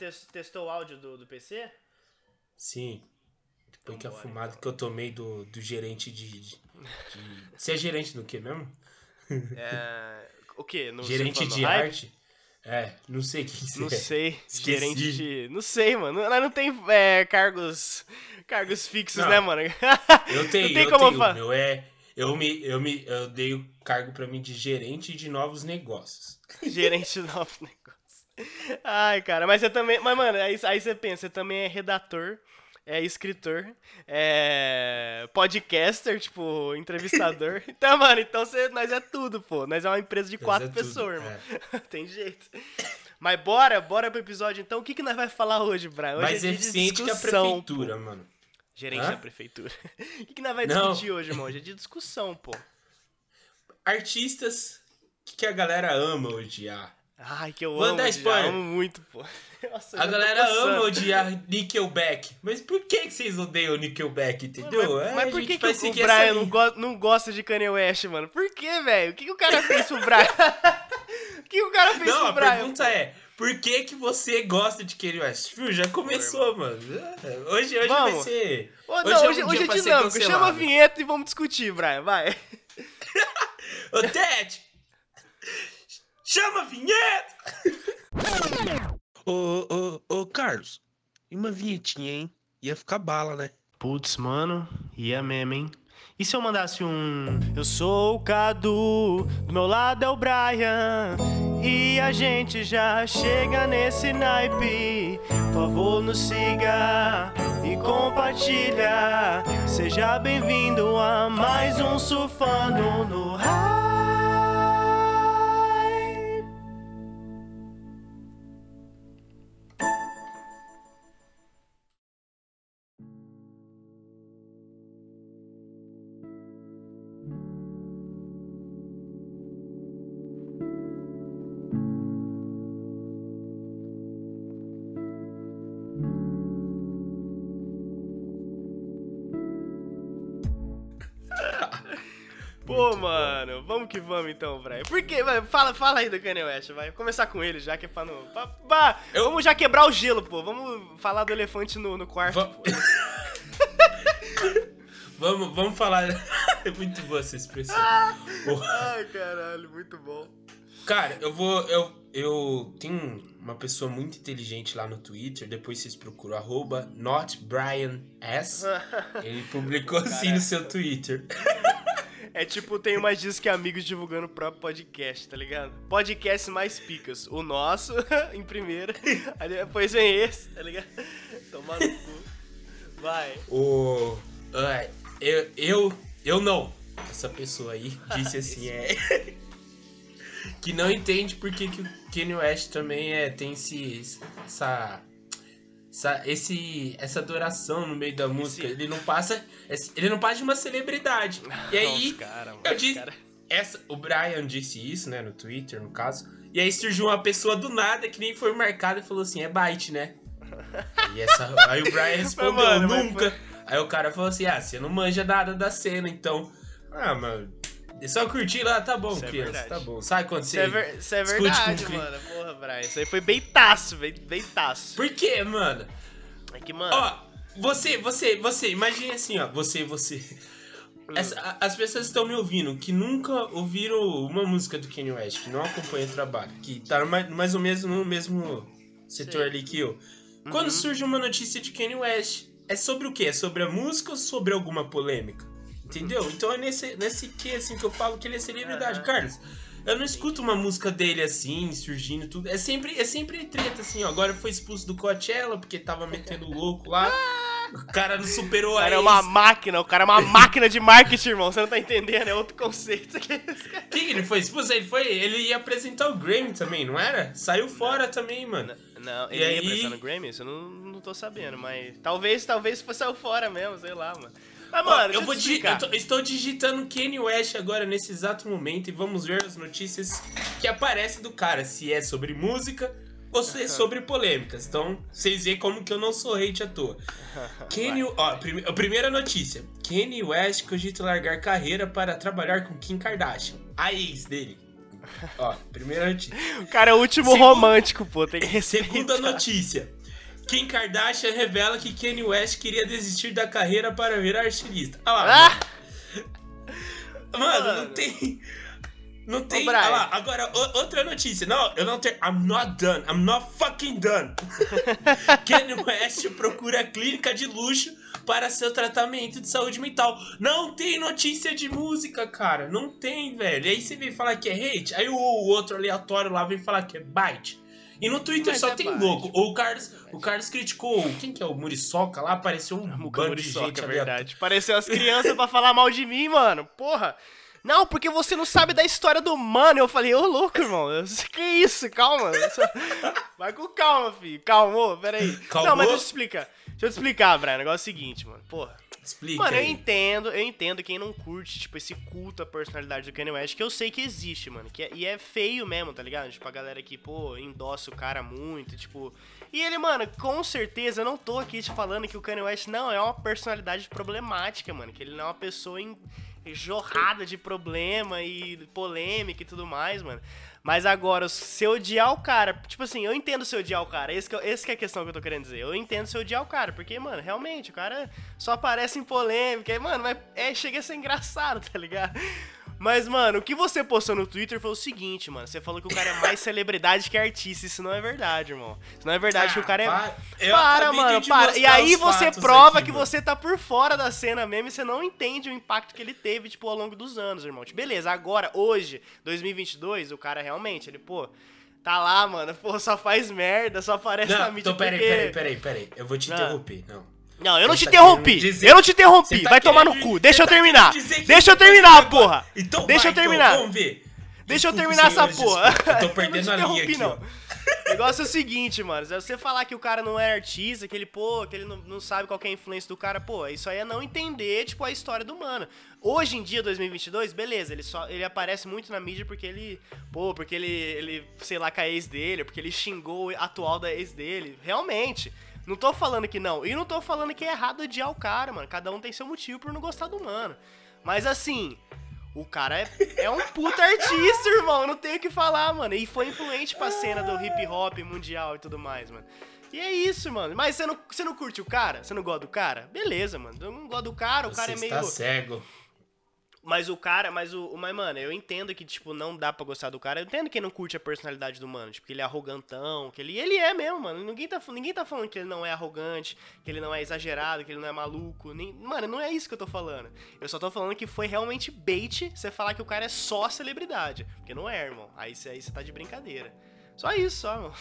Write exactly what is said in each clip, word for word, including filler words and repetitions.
tes- testou o áudio do, do P C? Sim. Depois Então que a bora, fumada então. que eu tomei do, do gerente de, de, de- Você é gerente do quê mesmo? É... O quê? No, você Gerente falando no de hype? arte? É, não sei quem Não você é. sei. Gerente Esqueci. de... Não sei, mano. Lá não tem é, cargos... Cargos fixos, né, Não, mano? eu Não tenho, tem eu como eu tenho. O falar. meu é. Eu me, eu me, eu dei o cargo pra mim de gerente de novos negócios. Gerente de novos negócios. Ai, cara, mas você também. Mas, mano, aí, aí você pensa, você também é redator, é escritor, é podcaster, tipo, entrevistador. Então, mano, então você, nós é tudo, pô. Nós é uma empresa de Mas é quatro tudo. pessoas, irmão. É. Tem jeito. Mas bora, bora pro episódio então. O que, que nós vai falar hoje, Brian? Hoje é Mais dia de eficiente que a discussão, pô. prefeitura, mano. Gerente da Hã? prefeitura. O que, que nós vai Não. discutir hoje, irmão? Hoje é de discussão, pô. Artistas que a galera ama odiar. Ai, que eu Vou amo, dar já spoiler. amo muito, pô. Nossa, eu A já tô galera ama coçando. odiar Nickelback. Mas por que que vocês odeiam Nickelback, Mano, entendeu? mas, É, mas a por gente que, que vai o, o seguir essa Brian não, linha. go- não gosta de Kanye West, mano? Por que, velho? O que, que o cara fez pro Brian? O que, que o cara fez Não, pro a Brian? pergunta pô? é, por que que você gosta de Kanye West? Viu, já começou, mano. Hoje, hoje vai Vamos. ser... Ô, Hoje não, é hoje, um hoje dia é pra ser dinâmico. Chama a cancelado. vinheta e vamos discutir, Brian. Vai. Ô, Ted! Chama a vinheta! Ô, ô, ô, Carlos, e uma vinhetinha, hein? Ia ficar bala, né? Putz, mano, ia mesmo, hein? E se eu mandasse um... Eu sou o Cadu, do meu lado é o Brian, e a gente já chega nesse naipe. Por favor, nos siga e compartilha. Seja bem-vindo a mais um Surfando no Hype. Pô, mano, vamos que vamos então, Brian. Por quê? Vai, Fala, fala aí do Kanye West, vai. Vou começar com ele já, que é pra não... Pra, pra- Eu- Vamos já quebrar o gelo, pô. Vamos falar do elefante no, no quarto, Va- pô. Vamos, vamos falar... É muito boa essa expressão. Ô, Ai, caralho, muito bom. Cara, eu vou... Eu, eu tenho uma pessoa muito inteligente lá no Twitter, depois vocês procuram, arroba notbrians. Ele publicou assim Cara. no seu Twitter. É tipo, tem mais disso que amigos divulgando o próprio podcast, tá ligado? Podcast mais picas. O nosso, em primeiro. Aí depois vem esse, tá ligado? Tomar no cu. Vai. O... ai, eu, eu, eu não. Essa pessoa aí disse assim, é... que não entende por que, que o Kanye West também é, tem esse, essa, essa, esse, essa adoração no meio da música. Esse- Ele não passa, ele não passa de uma celebridade. E aí, Os cara, mano, eu os disse, cara. essa, o Brian disse isso, né, no Twitter, no caso. E aí surgiu uma pessoa do nada que nem foi marcada e falou assim, é Byte, né? E essa, aí o Brian respondeu, mano, mas nunca. Aí o cara falou assim, ah, você não manja nada da cena, então... Ah, mano, é só curtir lá, tá bom, Isso é criança, verdade. tá bom. Sabe quando Isso você é, ver- isso é discute verdade, com cri- mano. Porra, Brian. Isso aí foi beitaço, bem- beitaço. Por quê, mano? É que, mano... Ó, você, você, você, imagine assim, ó, você, você... Hum. Essa- a- as pessoas estão me ouvindo que nunca ouviram uma música do Kanye West, que não acompanham o trabalho, que tá mais, mais ou menos no mesmo setor Sei. ali que eu. Quando Uhum. surge uma notícia de Kanye West, é sobre o quê? É sobre a música ou sobre alguma polêmica? Entendeu? Então é nesse, nesse que assim que eu falo que ele é celebridade. Aham. Carlos, eu não escuto uma música dele assim, surgindo tudo. É sempre, é sempre treta, assim, ó. Agora foi expulso do Coachella porque tava metendo louco lá. O cara não superou O a cara é ex. uma máquina, o cara é uma máquina de marketing, irmão. Você não tá entendendo, é outro conceito. O que, que ele foi expulso? Ele foi. Ele ia apresentar o Grammy também, não era? Saiu fora também, mano. Não, E ele aí- ia apresentar no Grammy? Isso eu não, não tô sabendo, mas talvez, talvez foi saiu fora mesmo, sei lá, mano. Mas, Ó, mano, eu, deixa vou te digi- explicar. eu tô- estou digitando Kanye West agora nesse exato momento e vamos ver as notícias que aparecem do cara, se é sobre música ou se é sobre polêmicas. Então, vocês veem como que eu não sou hate à toa. Kanye, ó, prime- a primeira notícia. Kanye West cogita largar carreira para trabalhar com Kim Kardashian, a ex dele. Ó, primeira notícia. O cara é o último Segundo- romântico, pô, tem que respeitar. Segunda notícia. Kim Kardashian revela que Kanye West queria desistir da carreira para virar estilista. Olha lá, Ah! mano, Mano. não tem... Não tem... Brian. Olha lá, agora, o- outra notícia. Não, eu não tenho... I'm not done. I'm not fucking done. Kanye West procura clínica de luxo para seu tratamento de saúde mental. Não tem notícia de música, cara. Não tem, velho. E aí você vem falar que é hate. Aí o, o outro aleatório lá vem falar que é bite. E no Twitter Mas só é tem bite. louco. O Carlos, o Carlos criticou... Quem que é o Muriçoca lá? Apareceu um Muca bando de gente Muriçoca, é aleatória. verdade. Pareceu as crianças pra falar mal de mim, mano. Porra. Não, porque você não sabe da história do mano. Eu falei, ô louco, irmão. Que isso? Calma. Só- Vai com calma, filho. Calma, peraí. Calmou? Não, mas deixa eu te explicar. Deixa eu te explicar, Brian. O negócio é o seguinte, mano. Porra. Explica Mano, eu aí. entendo, eu entendo quem não curte, tipo, esse culto à personalidade do Kanye West, que eu sei que existe, mano. Que é- e é feio mesmo, tá ligado? Tipo, a galera que, pô, endossa o cara muito, tipo... E ele, mano, com certeza, eu não tô aqui te falando que o Kanye West não é uma personalidade problemática, mano. Que ele não é uma pessoa em- jorrada de problema e polêmica e tudo mais, mano. Mas agora, se eu odiar o cara... Tipo assim, eu entendo se eu odiar o cara. Esse que, eu- esse que é a questão que eu tô querendo dizer. Eu entendo se eu odiar o cara. Porque, mano, realmente, o cara só aparece em polêmica. E, mano, mas é, chega a ser engraçado, tá ligado? Mas, mano, o que você postou no Twitter foi o seguinte, mano. Você falou que o cara é mais celebridade que artista. Isso não é verdade, irmão. Isso não é verdade que o cara é... Ah, eu Para, acabei mano, de para. E mostrar aí os você fatos prova aqui, que mano. você tá por fora da cena mesmo e você não entende o impacto que ele teve, tipo, ao longo dos anos, irmão. Tipo, beleza, agora, hoje, dois mil e vinte e dois, o cara realmente, ele, pô, tá lá, mano, pô, só faz merda, só aparece na Não, mídia então peraí, porque... peraí, peraí, peraí. Eu vou te Ah. interromper, não. Não, eu não Você te tá interrompi. querendo dizer- Eu não te interrompi. Você tá Vai tomar no querendo- cu. Deixa você eu tá terminar. querendo dizer que Deixa eu você tá terminar, fazendo agora. porra. Então Deixa vai, eu terminar. Então, vamos ver. Deixa eu Desculpe, terminar essa senhores, porra. desculpe. Eu tô Eu não perdendo te a linha interrompi, aqui, não. ó. O negócio é o seguinte, mano. Se você falar que o cara não é artista, que ele, pô, que ele não, não sabe qual que é a influência do cara, pô, isso aí é não entender, tipo, a história do mano. Hoje em dia, dois mil e vinte e dois, beleza, ele só ele aparece muito na mídia porque ele, pô, porque ele, ele sei lá, com a ex dele, porque ele xingou o atual da ex dele. Realmente. Não tô falando que não. E não tô falando que é errado odiar o cara, mano. Cada um tem seu motivo por não gostar do mano. Mas assim, o cara é, é um puta artista, irmão. Não tenho o que falar, mano. E foi influente pra cena do hip hop mundial e tudo mais, mano. E é isso, mano. Mas você não, você não curte o cara? Você não gosta do cara? Beleza, mano. Eu não gosto do cara, o cara é Você meio... está cego. Mas o cara, mas o, o- mas mano, eu entendo que, tipo, não dá pra gostar do cara. Eu entendo quem não curte a personalidade do mano, tipo, que ele é arrogantão, que ele, ele é mesmo, mano. Ninguém tá, ninguém tá falando que ele não é arrogante, que ele não é exagerado, que ele não é maluco. Nem, mano, não é isso que eu tô falando. Eu só tô falando que foi realmente bait você falar que o cara é só celebridade. Porque não é, irmão. Aí você aí você tá de brincadeira. Só isso, só, mano.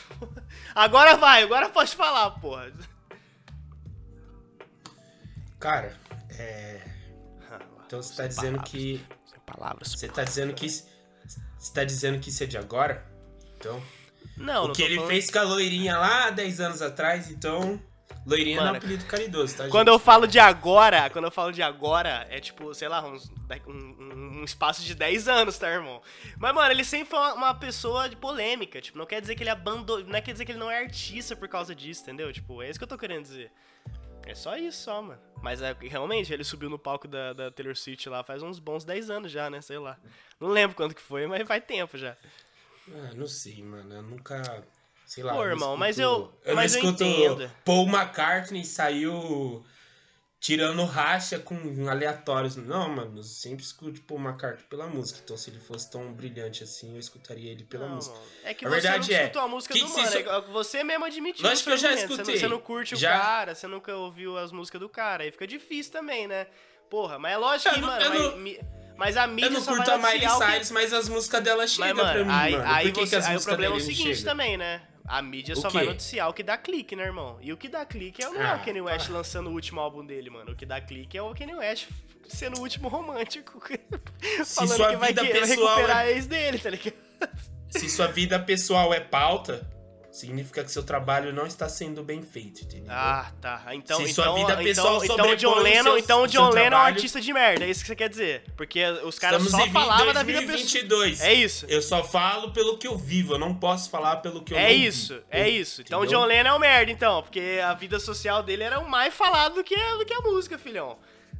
Agora vai, agora pode falar, porra. Cara, é... Então você tá dizendo palavras, que... Sem palavras. Você tá dizendo que... isso- Você tá dizendo que isso é de agora? Então... Não, o não que tô ele falando... fez com a loirinha lá dez anos atrás, então... Loirinha não é Mano, um apelido caridoso, tá, Quando gente? eu falo de agora, quando eu falo de agora, é tipo, sei lá, uns, um, um- um espaço de dez anos, tá, irmão? Mas, mano, ele sempre foi uma, uma pessoa de polêmica, tipo, não quer dizer que ele abandonou, não quer dizer que ele não é artista por causa disso, entendeu? Tipo, é isso que eu tô querendo dizer. É só isso, só, mano. Mas é, realmente, ele subiu no palco da, da Taylor Swift lá faz uns bons dez anos já, né, sei lá. Não lembro quando que foi, mas faz tempo já. Ah, não sei, mano. Eu nunca... Sei lá. Pô, eu não irmão, escuto- mas eu- Eu mas não eu escuto entendo. Paul McCartney saiu tirando racha com aleatórios. Não, mano. Eu sempre escuto Paul McCartney pela música. Então, se ele fosse tão brilhante assim, eu escutaria ele pela Não, música. mano. É que A você verdade não é, escutou a música que do que mano. se é igual- Você mesmo admitiu. Lógico no que eu já seu argumento. escutei. Você não, você não curte Já. o cara, você nunca ouviu as músicas do cara. Aí fica difícil também, né? Porra, mas é lógico Eu que, não- mano, eu mas, não- mi- mas a mídia Eu não só curto vai a Miley noticiar o que... Cyrus, mas as músicas dela chegam Mas, pra mano, mim, aí, mano. aí, Por que você, que as aí o músicas problema é o dele não seguinte chegam? também, né? A mídia O só quê? vai noticiar o que dá clique, né, irmão? E o que dá clique é não é Ah, o Kanye West pá. lançando o último álbum dele, mano. O que dá clique é o Kanye West sendo o último romântico. Falando sua que vai, vida que- vai pessoal recuperar é- a ex dele, tá ligado? Se sua vida pessoal é pauta, significa que seu trabalho não está sendo bem feito, entendeu? Ah, tá. Então, Se então, sua vida pessoal então, então o John sobrepõe o Lennon, seu- então o o seu John Lennon é um trabalho- artista de merda, é isso que você quer dizer? Porque os caras Estamos só em falavam da vida dois mil e vinte pessoal. e dois. É isso. Eu só falo pelo que eu vivo, eu não posso falar pelo que eu não É vi. isso, é Eu- isso. Então o entendeu? John Lennon é um merda, então, porque a vida social dele era o mais falado do que, do que a música, filhão.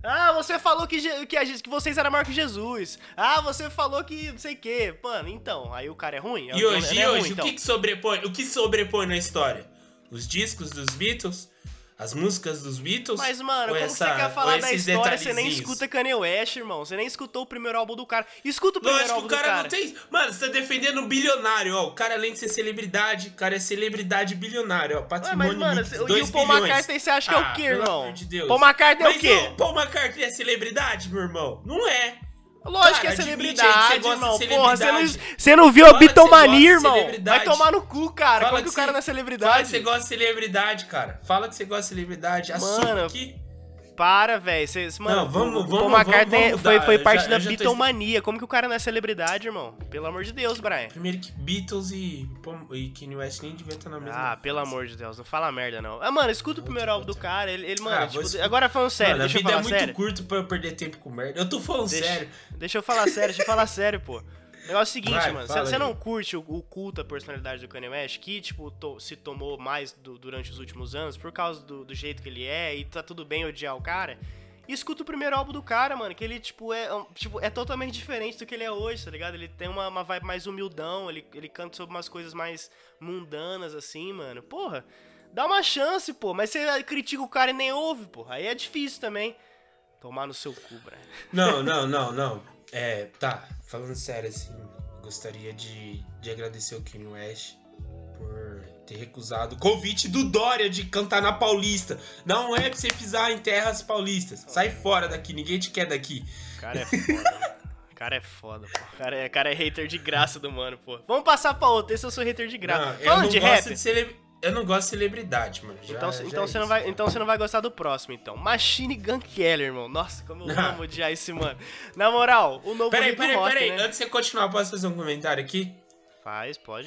Ah, você falou que, Je- que, a gente- que vocês eram maior que Jesus. Ah, você falou que não sei o quê. Mano, então, aí o cara é ruim? É E o- hoje, ele e é hoje, ruim, então. o que, que sobrepõe? O que sobrepõe na história? Os discos dos Beatles? As músicas dos Beatles? Mas, mano, Ou como essa- você quer ou falar da esses história, você nem detalhezinhos? escuta Kanye West, irmão. Você nem escutou o primeiro álbum do cara. Escuta o primeiro Lógico, álbum o cara, do cara. não tem. Mano, você tá defendendo um bilionário, ó. O cara, além de ser celebridade, o cara é celebridade bilionário, ó. Ué, Patrimônio mas, mano, líquido, e dois o Paul bilhões. McCartney, você acha que é o Ah, quê, pelo irmão? amor de Deus. Paul McCartney é o Mas quê? o Paul McCartney é celebridade, meu irmão? Não é. Lógico Cara, que é admite aí que celebridade, você gosta irmão. de Porra, você não, celebridade. você não viu a Fala que você Beatlemania, gosta de irmão? celebridade. Vai tomar no cu, cara. Fala Como que o cara você- não é Fala que celebridade? você gosta de celebridade, cara. Fala que você gosta de celebridade. Assume Mano, que... Para, velho. Cês- Mano, Não, vamos- o, o Paul vamos- McCartney vamos foi, mudar. foi Eu parte já- da eu já tô- Beatlemania. Como que o cara não é celebridade, irmão? Pelo amor de Deus, Brian. Primeiro que Beatles e, Paul- e Kanye West nem devia estar na mesma Ah, pelo frase. amor de Deus, não fala merda, não. Ah, mano, escuta o primeiro álbum do cara. Ele, ele mano, Ah, vou tipo, escutar. agora falando sério, Mano, a deixa eu vida falar é muito sério. curto pra eu perder tempo com merda. Eu tô falando Deixa, sério. deixa eu falar sério, deixa eu falar sério, pô. O negócio é o seguinte, Vai, mano. fala Você aí. não curte o, o culto à personalidade do Kanye West, que, tipo, to- se tomou mais do- durante os últimos anos por causa do, do jeito que ele é e tá tudo bem odiar o cara. E escuta o primeiro álbum do cara, mano, que ele, tipo, é, um- tipo, é totalmente diferente do que ele é hoje, tá ligado? Ele tem uma, uma vibe mais humildão, ele, ele canta sobre umas coisas mais mundanas, assim, mano. Porra, dá uma chance, pô. Mas você critica o cara e nem ouve, porra. Aí é difícil também. Tomar no seu cu, Brian. Não, não, não, não. É, tá, falando sério, assim, gostaria de, de agradecer o Kanye West por ter recusado o convite do Dória de cantar na Paulista. Não é pra você pisar em terras paulistas. Sai fora daqui, ninguém te quer daqui. O cara é foda, mano. O cara é foda, pô. O cara é, o cara é hater de graça do mano, pô. Vamos passar pra outra. Esse eu sou hater de graça. Não, eu Falando não de gosto rap. de cele... Eu não gosto de celebridade, mano. Já- Então, já então, é você não isso. vai, então você não vai gostar do próximo, então. Machine Gun Kelly, irmão. Nossa, como eu Ah. amo odiar esse mano. Na moral, o novo Peraí, rei do peraí, rock, peraí. né? Antes de você continuar, posso fazer um comentário aqui? Faz, pode.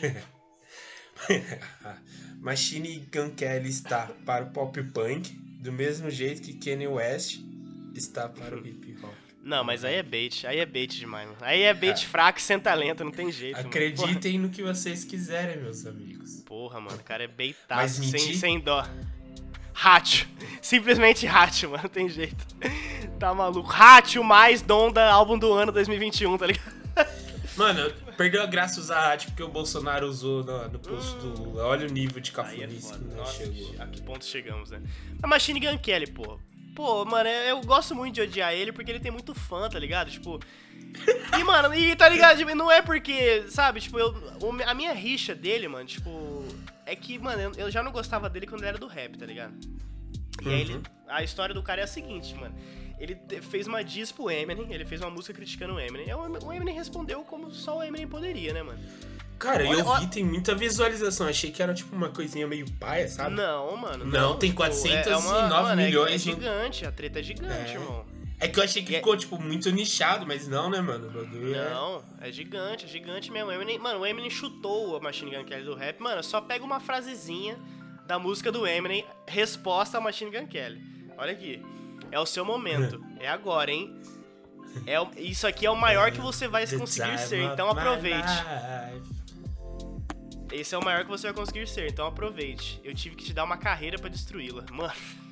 Machine Gun Kelly está para o pop punk, do mesmo jeito que Kanye West está para o hip hop. Não, mas aí é bait. Aí é bait demais, mano. Aí é bait Ah. fraco e senta lento, não tem jeito, mano. Acreditem no que vocês quiserem, meus amigos. Porra, mano, o cara é Mas beitaço, sem, mentir? sem dó. Ratio. Simplesmente ratio, mano, não tem jeito. Tá maluco. Ratio mais Donda, álbum do ano dois mil e vinte e um, tá ligado? Mano, perdeu a graça usar rádio porque o Bolsonaro usou no, no post do... Olha o nível de Aí é cafunice foda. que nós Nossa, chegou. a que ponto chegamos, né? A Machine Gun Kelly, pô. Pô, mano, eu gosto muito de odiar ele porque ele tem muito fã, tá ligado? Tipo... E, mano, e tá ligado? Tipo, não é porque, sabe, tipo, eu, o- a minha rixa dele, mano, tipo... É que, mano, eu, eu já não gostava dele quando ele era do rap, tá ligado? E aí ele, Uhum. a história do cara é a seguinte, mano. Ele te- fez uma diss pro Eminem, ele fez uma música criticando o Eminem. E o Eminem respondeu como só o Eminem poderia, né, mano? Cara, Olha, eu vi, olha- tem muita visualização. Achei que era tipo uma coisinha meio paia, sabe? Não, mano. Não, tem tipo, quatrocentos e nove mano, é- milhões É, no- gigante, a treta é gigante, É. irmão. É que eu achei que E é- ficou, tipo, muito nichado, mas não, né, mano? O bagulho é- Não, é gigante, é gigante mesmo. O Eminem, mano, o Eminem chutou a Machine Gun Kelly do rap. Mano, só pega uma frasezinha da música do Eminem, resposta a Machine Gun Kelly. Olha aqui. É o seu momento. É agora, hein? É, o- isso aqui é o maior que você vai The conseguir time ser, of então my aproveite. life. Esse é o maior que você vai conseguir ser, então aproveite. Eu tive que te dar uma carreira pra destruí-la. Mano.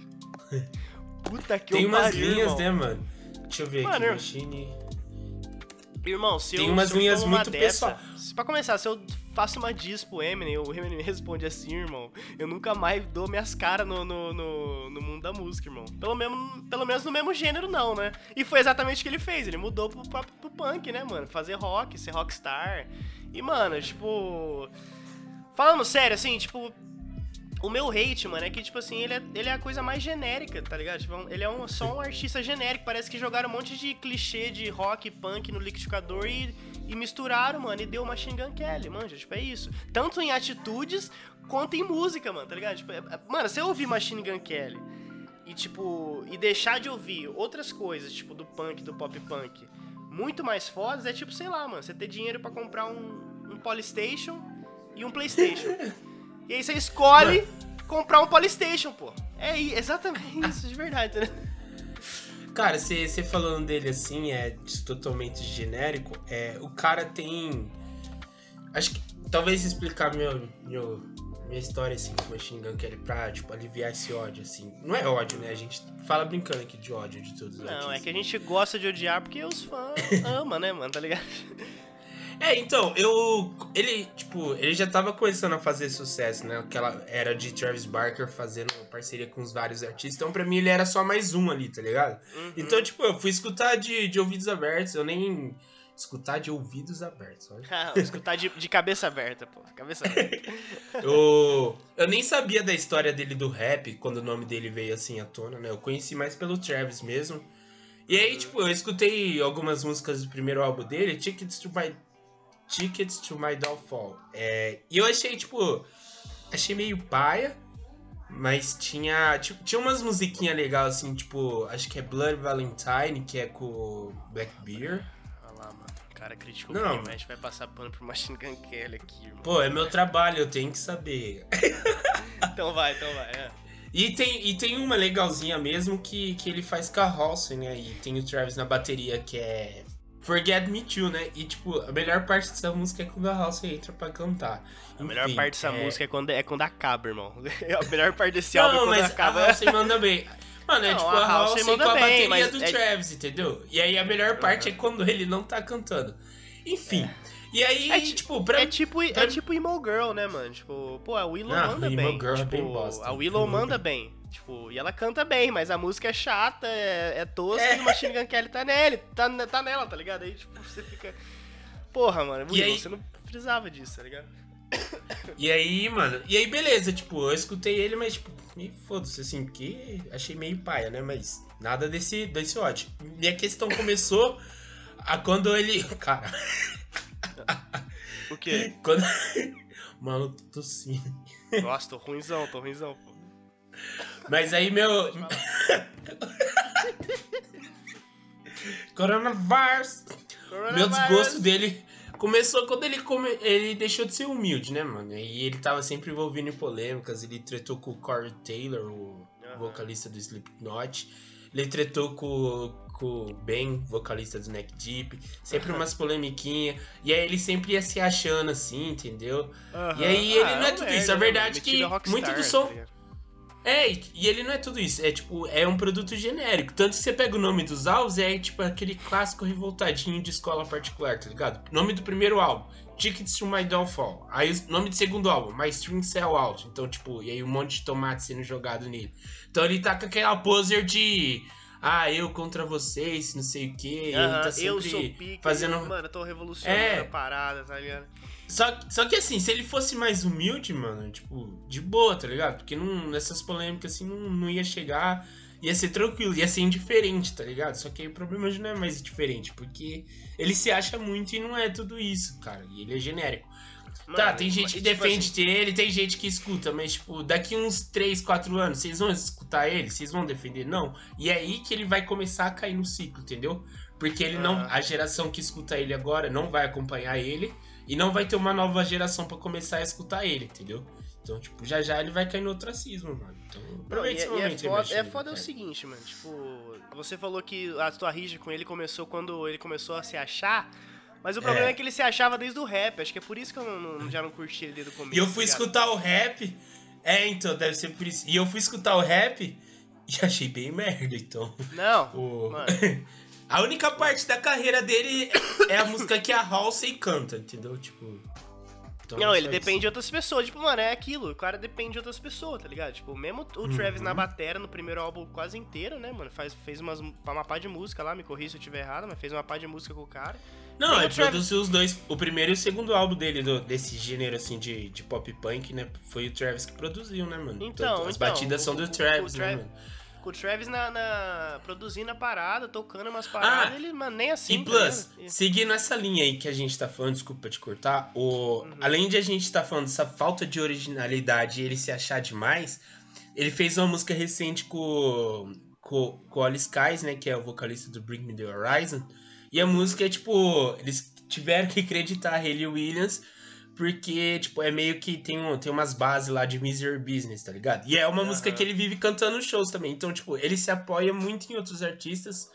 Puta que Tem eu umas pariu, linhas, irmão. né, mano? Deixa eu ver Mano, aqui, eu- Machine... Irmão, se Tem eu, umas se eu linhas tomo uma muito dessa, pessoal. se- Pra começar, se eu faço uma diss pro Eminem, o Eminem me responde assim, irmão, eu nunca mais dou minhas caras no, no, no, no mundo da música, irmão. Pelo, mesmo, pelo menos no mesmo gênero, não, né? E foi exatamente o que ele fez, ele mudou pro, pro, pro punk, né, mano? Fazer rock, ser rockstar. E, mano, tipo... Falando sério, assim, tipo... O meu hate, mano, é que, tipo assim, ele é, ele é a coisa mais genérica, tá ligado? Tipo, ele é um, só um artista genérico. Parece que jogaram um monte de clichê de rock, punk no liquidificador e, e misturaram, mano, e deu Machine Gun Kelly, manja, tipo, é isso. Tanto em atitudes quanto em música, mano, tá ligado? Tipo, é- é- mano, se eu ouvir Machine Gun Kelly e, tipo, e deixar de ouvir outras coisas, tipo, do punk, do pop punk, muito mais fodas, é tipo, sei lá, mano, você ter dinheiro pra comprar um, um Polystation e um PlayStation. E aí você escolhe comprar um Polystation, pô. É i- exatamente isso, de verdade, né? Cara, você falando dele assim, é totalmente genérico, é, o cara tem... Acho que, talvez explicar meu, meu, minha história, assim, com o Machine Gun Kelly pra, tipo, aliviar esse ódio, assim. Não é ódio, né? A gente fala brincando aqui de ódio de todos os Não, artistas. é que a gente gosta de odiar porque os fãs amam, né, mano, tá ligado? É, então, eu... Ele, tipo, ele já tava começando a fazer sucesso, né? Aquela era de Travis Barker fazendo parceria com os vários artistas. Então, pra mim, ele era só mais um ali, tá ligado? Uhum. Então, tipo, eu fui escutar de, de ouvidos abertos. Eu nem... Escutar de ouvidos abertos, olha. Ah, escutar de, de cabeça aberta, pô. Cabeça aberta. Eu, eu nem sabia da história dele do rap, quando o nome dele veio assim à tona, né? Eu conheci mais pelo Travis mesmo. E aí, tipo, eu escutei algumas músicas do primeiro álbum dele, Tickets to My, Tickets to My Downfall. É, e eu achei, tipo, achei meio paia, mas tinha, tipo, tinha umas musiquinhas legais, assim, tipo, acho que é Blood Valentine, que é com o Black Bear. Olha lá, mano. O cara criticou Não. o Kanye West, vai passar pano pro Machine Gun Kelly aqui, irmão. Pô, é meu trabalho, eu tenho que saber. Então vai, então vai, é. E tem, e tem uma legalzinha mesmo que, que ele faz com a Halsey, né? E tem o Travis na bateria, que é Forget Me Too, né? E, tipo, a melhor parte dessa música é quando a Halsey entra pra cantar. A melhor Enfim, parte dessa é... música é quando, é quando acaba, irmão. A melhor parte desse álbum é Não, quando mas acaba. a Halsey manda bem. Mano, é Não, tipo a a Halsey Halsey manda com a bem, bateria mas do é- Travis, entendeu? E aí a melhor parte é quando ele não tá cantando. Enfim. E aí, É ti- tipo, pra É tipo, pra- é tipo Emo Girl, né, mano? Tipo, pô, a Willow Não, manda Emo bem. Girl é tipo, bem bosta. a Willow Emo manda Girl. bem. Tipo, e ela canta bem, mas a música é chata, é, é tosca É. e o Machine Gun Kelly tá nele, tá, tá nela, tá ligado? Aí, tipo, você fica... Porra, mano, E Willow, aí- você não precisava disso, tá ligado? E aí, mano, e aí beleza, tipo, eu escutei ele, mas tipo, me foda-se, assim, porque achei meio paia, né? Mas nada desse, desse ódio. Minha questão começou a quando ele. Cara, O quê? quando. Mano, tô tossindo. Nossa, tô ruimzão, tô ruimzão, pô. Mas aí meu. Coronavírus! Meu desgosto dele começou quando ele, come... ele deixou de ser humilde, né, mano? E ele tava sempre envolvido em polêmicas. Ele tretou com o Corey Taylor, o Aham. vocalista do Slipknot. Ele tretou com, com o Ben, vocalista do Neck Deep. Sempre umas polemiquinhas. E aí ele sempre ia se achando assim, entendeu? E aí ele Ah, não é um tudo merda, isso. A né, verdade mano? é que Metido a rockstar, muito do tá som... ligado? É, e e ele não é tudo isso, é tipo, é um produto genérico. Tanto que você pega o nome dos álbuns e é tipo aquele clássico revoltadinho de escola particular, tá ligado? Nome do primeiro álbum, Tickets to My Downfall. Aí o nome do segundo álbum, My String Sell Out. Então, tipo, e aí um monte de tomate sendo jogado nele. Então ele tá com aquela poser de. Ah, eu contra vocês, não sei o quê. E Aham, ele tá sempre eu sou pica, fazendo. eu, mano, eu tô revolucionando É. a parada, tá ligado? Só, só que assim, se ele fosse mais humilde, mano, tipo, de boa, tá ligado? Porque não, nessas polêmicas assim não, não ia chegar, ia ser tranquilo, ia ser indiferente, tá ligado? Só que aí o problema já não é mais indiferente, porque ele se acha muito e não é tudo isso, cara. E ele é genérico. Tá, Mano, tem gente que e, tipo defende assim, ele, tem gente que escuta, mas, tipo, daqui uns três, quatro anos, vocês vão escutar ele? Vocês vão defender? Não. E é aí que ele vai começar a cair no ciclo, entendeu? Porque ele não. Aham. A geração que escuta ele agora não vai acompanhar ele. E não vai ter uma nova geração pra começar a escutar ele, entendeu? Então, tipo, já já ele vai cair no ostracismo, mano. Então, Não, e, aproveita esse é- e é momento aí, foda, Machine é Gun foda é o Kelly. seguinte, mano, tipo, você falou que a tua rixa com ele começou quando ele começou a se achar, mas o problema É. é, que ele se achava desde o rap, acho que é por isso que eu não- não- já não curti ele desde o começo. E eu fui tá ligado? escutar o rap. É, então, deve ser por isso. E eu fui escutar o rap e achei bem merda, então. Não, O... mano, A única parte da carreira dele é a música que a Halsey canta, entendeu? Tipo. Então, não, é ele só depende de isso. outras pessoas, tipo, mano, é aquilo, o cara depende de outras pessoas, tá ligado? Tipo, mesmo o Travis Uhum. na batera no primeiro álbum quase inteiro, né, mano, faz, fez umas, uma pá de música lá, me corri se eu tiver errado, mas fez uma pá de música com o cara. Não, Nem ele o Travis- produziu os dois. O primeiro e o segundo álbum dele, do- desse gênero assim de, de pop punk, né? Foi o Travis que produziu, né, mano? Então, As então, batidas o- são o- do o- Travis, o né, Tra- mano? Com o Travis na, na- produzindo a parada, tocando umas paradas, Ah, ele, mano, nem assim. E tá plus, ligado? E- seguindo essa linha aí que a gente tá falando, desculpa te cortar, o... além de a gente tá falando dessa falta de originalidade e ele se achar demais, ele fez uma música recente com, com, com o Oli Skies, né, que é o vocalista do Bring Me The Horizon, e a música é tipo, eles tiveram que acreditar a Hayley Williams, porque, tipo, é meio que tem, um, tem umas bases lá de Misery Business, tá ligado? E é uma música Aham. que ele vive cantando nos shows também, então, tipo, ele se apoia muito em outros artistas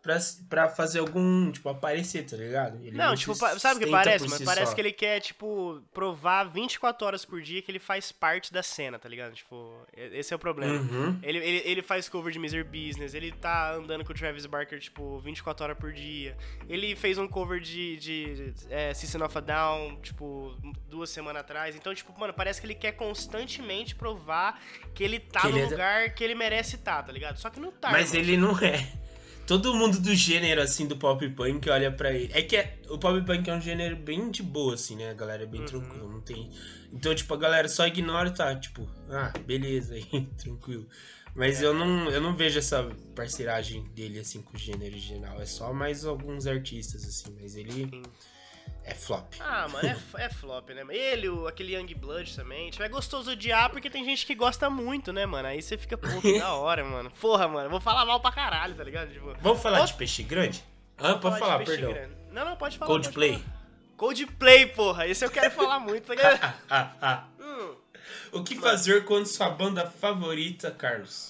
pra, pra fazer algum, tipo, aparecer, tá ligado? Ele Não, não tipo, se pa- sabe o que sustenta parece, por mano? si Parece só. que ele quer, tipo, provar vinte e quatro horas por dia que ele faz parte da cena, tá ligado? Tipo, e- esse é o problema. Uhum. Ele, ele, ele faz cover de Miser Business, ele tá andando com o Travis Barker, tipo, vinte e quatro horas por dia. Ele fez um cover de, de é, System of a Down, tipo, duas semanas atrás. Então, tipo, mano, parece que ele quer constantemente provar que ele tá Que no ele é- lugar que ele merece estar, tá ligado? Só que não tá, Mas irmão. ele não é. Todo mundo do gênero, assim, do pop punk olha pra ele. É que é- o pop punk é um gênero bem de boa, assim, né? A galera é bem Uhum. tranquila, não tem... Então, tipo, a galera só ignora e tá, tipo... Ah, beleza, aí, tranquilo. Mas É. eu, não, eu não vejo essa parceiragem dele, assim, com o gênero original. É só mais alguns artistas, assim, mas ele Sim. é flop. Ah, mano, é, f- é flop, né? Ele, o, aquele Young Blood também. Tipo, é gostoso odiar porque tem gente que gosta muito, né, mano? Aí você fica, pô, que da hora, mano. Porra, mano, eu vou falar mal pra caralho, tá ligado? Tipo, Vamos falar Ô, de peixe grande? Ah, pode de falar, peixe perdão. grande. Não, não, pode falar. Coldplay. pode falar. Coldplay, porra. Esse eu quero falar muito, tá ligado? Ah, ah, ah. Hum, O que fazer quando sua banda favorita, Carlos?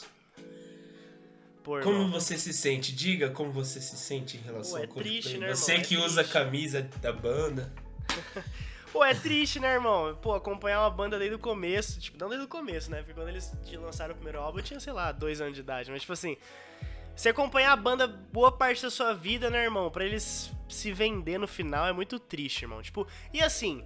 pô, Como irmão. você se sente? Diga como você se sente em relação Pô, é ao Coldplay. triste, né, irmão? Você É que usa a triste. camisa da banda. Pô, é triste, né, irmão? Pô, acompanhar uma banda desde o começo. Tipo, não desde o começo, né? Porque quando eles lançaram o primeiro álbum, eu tinha, sei lá, dois anos de idade. Mas, tipo assim, você acompanhar a banda boa parte da sua vida, né, irmão? Pra eles se vender no final é muito triste, irmão. Tipo, e assim,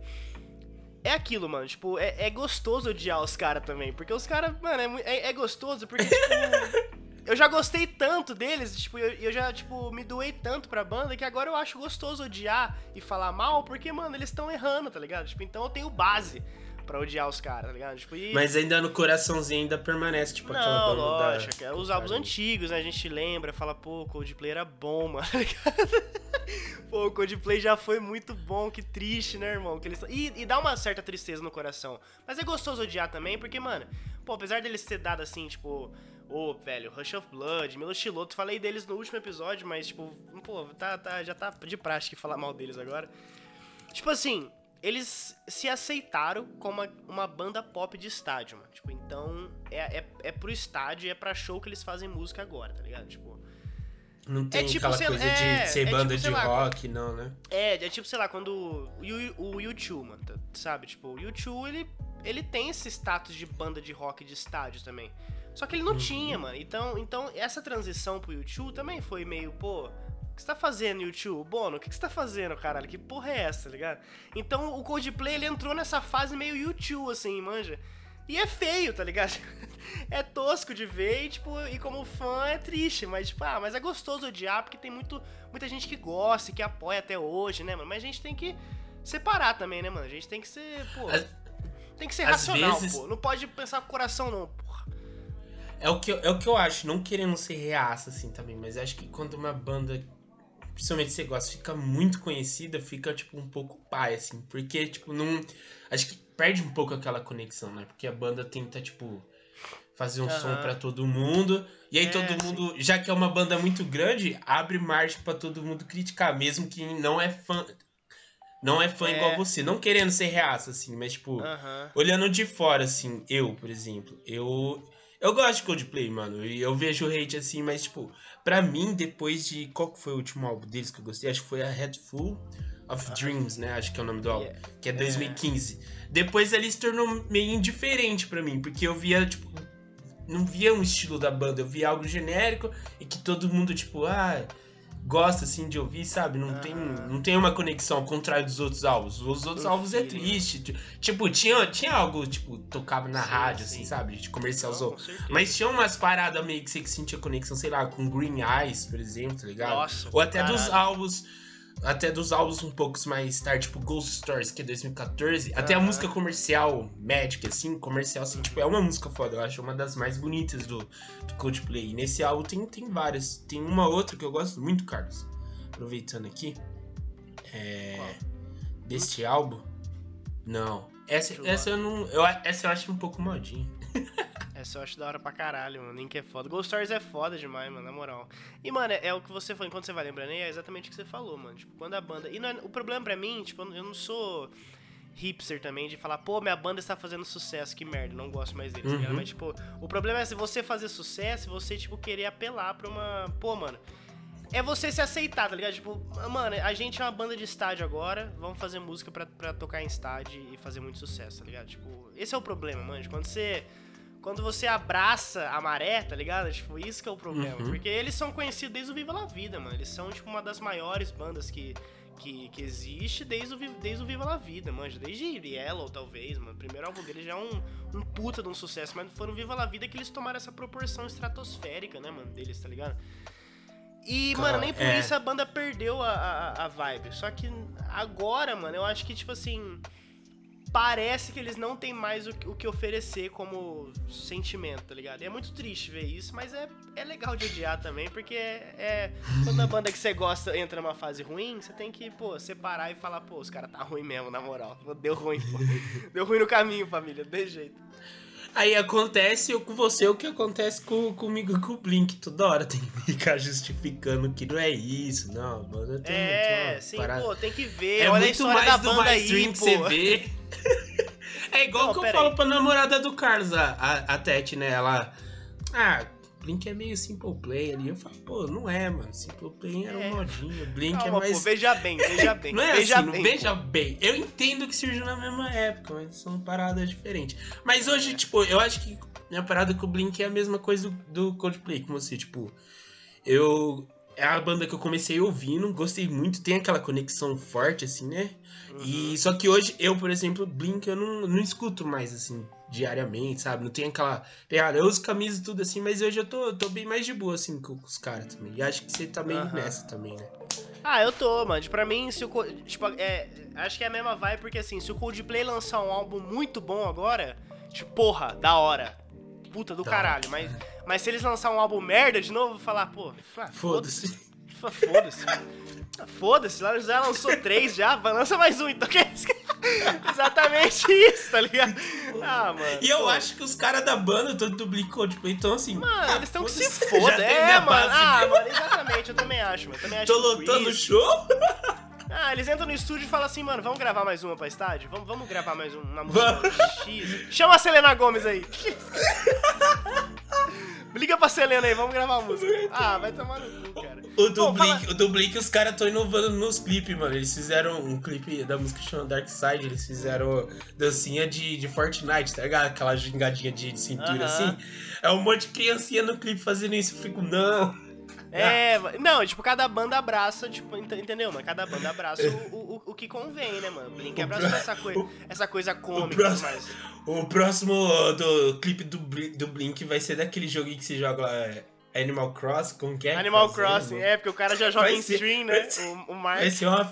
é aquilo, mano. Tipo, é, é gostoso odiar os caras também. Porque os caras, mano, é, mu- é, é gostoso porque, tipo. Eu já gostei tanto deles, tipo, eu, eu já, tipo, me doei tanto pra banda que agora eu acho gostoso odiar e falar mal, porque, mano, eles estão errando, tá ligado? Tipo, então eu tenho base pra odiar os caras, tá ligado? Tipo, e... Mas ainda no coraçãozinho ainda permanece, tipo, aquela Não, banda lógico, da... é os do álbuns cara. antigos, né? A gente lembra, fala, pô, o Coldplay era bom, mano. tá ligado? Pô, o Coldplay já foi muito bom, que triste, né, irmão? Que eles... e, e dá uma certa tristeza no coração. Mas é gostoso odiar também, porque, mano, pô, apesar deles ter dado assim, tipo, ô, velho, Rush of Blood, Milo Chiloto, falei deles no último episódio, mas, tipo, pô, tá, tá, já tá de prática falar mal deles agora. Tipo assim, eles se aceitaram como uma, uma banda pop de estádio, mano. Tipo, então é, é, é pro estádio e é pra show que eles fazem música agora, tá ligado? Tipo, Não tem tipo, aquela sei- coisa é, de ser é banda tipo, sei de lá, rock, não, né? é, é tipo, sei lá, quando o, U- o U dois, mano, tá- sabe? Tipo, o U dois, ele, ele tem esse status de banda de rock de estádio também. Só que ele não tinha, mano. Então, então, essa transição pro U dois também foi meio, pô, o que você tá fazendo, U dois? Bono, o que você tá fazendo, caralho? Que porra é essa, tá ligado? Então, o Coldplay, ele entrou nessa fase meio U dois, assim, manja. E é feio, tá ligado? É tosco de ver e, tipo, e como fã é triste, mas, tipo, ah, mas é gostoso odiar porque tem muito, muita gente que gosta e que apoia até hoje, né, mano? Mas a gente tem que separar também, né, mano? A gente tem que ser, pô, Às- tem que ser às racional, vezes- pô. Não pode pensar com o coração, não, porra. É o, que eu, é o que eu acho, não querendo ser reaça, assim, também, mas acho que quando uma banda, principalmente você gosta, fica muito conhecida, fica, tipo, um pouco pai, assim, porque, tipo, não... Acho que perde um pouco aquela conexão, né? Porque a banda tenta, tipo, fazer um Aham. som pra todo mundo, e aí É, todo mundo, já que é uma banda muito grande, abre margem pra todo mundo criticar, mesmo que não é fã... Não é fã É. igual você, não querendo ser reaça, assim, mas, tipo... Aham. Olhando de fora, assim, eu, por exemplo, eu eu gosto de Coldplay, mano, e eu vejo o hate assim, mas, tipo, pra mim, depois de, qual que foi o último álbum deles que eu gostei? Acho que foi a Head Full of Dreams, né, acho que é o nome do álbum, Yeah. que é dois mil e quinze. Depois ele se tornou meio indiferente pra mim, porque eu via, tipo, não via um estilo da banda, eu via algo genérico e que todo mundo, tipo, ah... gosta, assim, de ouvir, sabe? Não, Aham. tem, não tem uma conexão, ao contrário dos outros álbuns. Os outros Um álbuns é feeling. triste. ti- Tipo, tinha, tinha algo, tipo, tocava na Sim, rádio, sim. assim, sabe? De Não, comercialzão. com certeza. Mas tinha umas paradas meio que você que sentia conexão, sei lá, com Green Eyes, por exemplo, tá ligado? Nossa, Ou até dos caralho. álbuns... Até dos álbuns um pouco mais tarde, tipo Ghost Stories, que é dois mil e quatorze. Até a Aham. música comercial, Magic, assim, comercial, assim, tipo, é uma música foda. Eu acho uma das mais bonitas do, do Coldplay. E nesse álbum tem, tem várias. Tem uma outra que eu gosto muito, Carlos. Aproveitando aqui. É. Qual? Deste álbum. Não. Essa, True essa eu não. Eu, essa eu acho um pouco modinha. Essa eu acho da hora pra caralho, mano. Link é foda. Ghost Stories é foda demais, mano, na moral. E, mano, é, é o que você falou, enquanto você vai lembrando aí, é exatamente o que você falou, mano. Tipo, quando a banda. E não é- o problema pra mim, tipo, eu não sou hipster também de falar, pô, minha banda está fazendo sucesso, que merda, não gosto mais deles, tá ligado? Uhum. Mas, tipo, o problema é se você fazer sucesso, você, tipo, querer apelar pra uma. Pô, mano. É você se aceitar, tá ligado? Tipo, mano, a gente é uma banda de estádio agora, vamos fazer música pra, pra tocar em estádio e fazer muito sucesso, tá ligado? Tipo, esse é o problema, mano. Quando você... Quando você abraça a maré, tá ligado? Tipo, isso que é o problema. Uhum. Porque eles são conhecidos desde o Viva La Vida, mano. Eles são, tipo, uma das maiores bandas que, que, que existe desde o, desde o Viva La Vida, mano. Desde Yellow, talvez, mano. O primeiro álbum deles já é um, um puta de um sucesso. Mas foi no Viva La Vida que eles tomaram essa proporção estratosférica, né, mano, deles, tá ligado? E, Cara, mano, nem por é. isso a banda perdeu a, a, a vibe. Só que agora, mano, eu acho que, tipo assim... Parece que eles não têm mais o, o que oferecer como sentimento, tá ligado? E é muito triste ver isso, mas é, é legal de odiar também, porque é, é... Quando a banda que você gosta entra numa fase ruim, você tem que, pô, separar e falar, pô, os caras tá ruim mesmo, na moral. Deu ruim, pô. Deu ruim no caminho, família, de jeito. Aí acontece com você o que acontece com, comigo e com o Blink. Toda hora tem que ficar justificando que não é isso. Não, a banda tem É, muito sim, parada. pô, tem que ver. É Olha a muito história mais da do banda mainstream aí, que pô. você vê. É igual Não, que eu pera falo aí. pra namorada do Carlos, a, a, a Tete, né? Ela... Ah, Blink é meio simple play ali. Eu falo, pô, não é, mano. Simple play era É. um modinho. Blink Calma, é mais... pô, veja bem, veja bem. Não é veja assim, não bem, veja pô. bem. Eu entendo que surgiu na mesma época, mas são paradas diferentes. Mas hoje, tipo, eu acho que a parada com o Blink é a mesma coisa do, do Coldplay, como você, tipo... Eu... É a banda que eu comecei ouvindo, gostei muito, tem aquela conexão forte, assim, né? Uhum. E só que hoje, eu, por exemplo, Blink, eu não, não escuto mais, assim, diariamente, sabe? Não tem aquela pegada, eu uso camisa e tudo assim, mas hoje eu tô, tô bem mais de boa, assim, com, com os caras também. E acho que você tá meio Aham. nessa também, né? Ah, eu tô, mano. Pra mim, se o... Co- Tipo, é... Acho que é a mesma vibe, porque assim, se o Coldplay lançar um álbum muito bom agora, tipo, porra, da hora. Puta do Da caralho. Mas, mas se eles lançar um álbum merda de novo, eu vou falar, pô, ah, Foda-se. foda-se. Foda-se. Ah, Foda-se, lá já lançou três já, vai, lança mais um, então que é isso? Exatamente isso, tá ligado? Ah, mano. E eu pô. acho que os caras da banda, tanto do Blink Coldplay, estão assim... Mano, ah, eles estão que se foda-se, foda, já tem é, minha mano. base Ah, aqui. mano, exatamente, eu também acho, mano. Também acho Tô que o lotando o Chris- show? Ah, eles entram no estúdio e falam assim, mano, vamos gravar mais uma pra estádio? Vamos, vamos gravar mais um- uma música Vamos. X. Chama a Selena Gomes aí. Liga pra Selena aí, vamos gravar a música. Ah, vai tomar no cu, cara. O do, Bom, Blink, fala- o do Blink, os caras estão inovando nos clipes, mano. Eles fizeram um clipe da música chamada Dark Side, eles fizeram dancinha de, de Fortnite, tá ligado? Aquela gingadinha de, de cintura Aham. assim. É um monte de criancinha no clipe fazendo isso. Eu fico, não. É, não, tipo, cada banda abraça, tipo, ent- entendeu, mano? Cada banda abraça o, o, o que convém, né, mano? Blink O abraçou pro- essa, coi o- essa coisa cômica e tudo próximo- mais. O próximo uh, do clipe do, Bli- do Blink vai ser daquele joguinho que se joga lá, é, Animal Crossing, como que é? Animal Fazendo, Crossing, mano. é, porque o cara já joga Vai em ser- stream, né? vai ser- O, o Mark. Vai ser uma...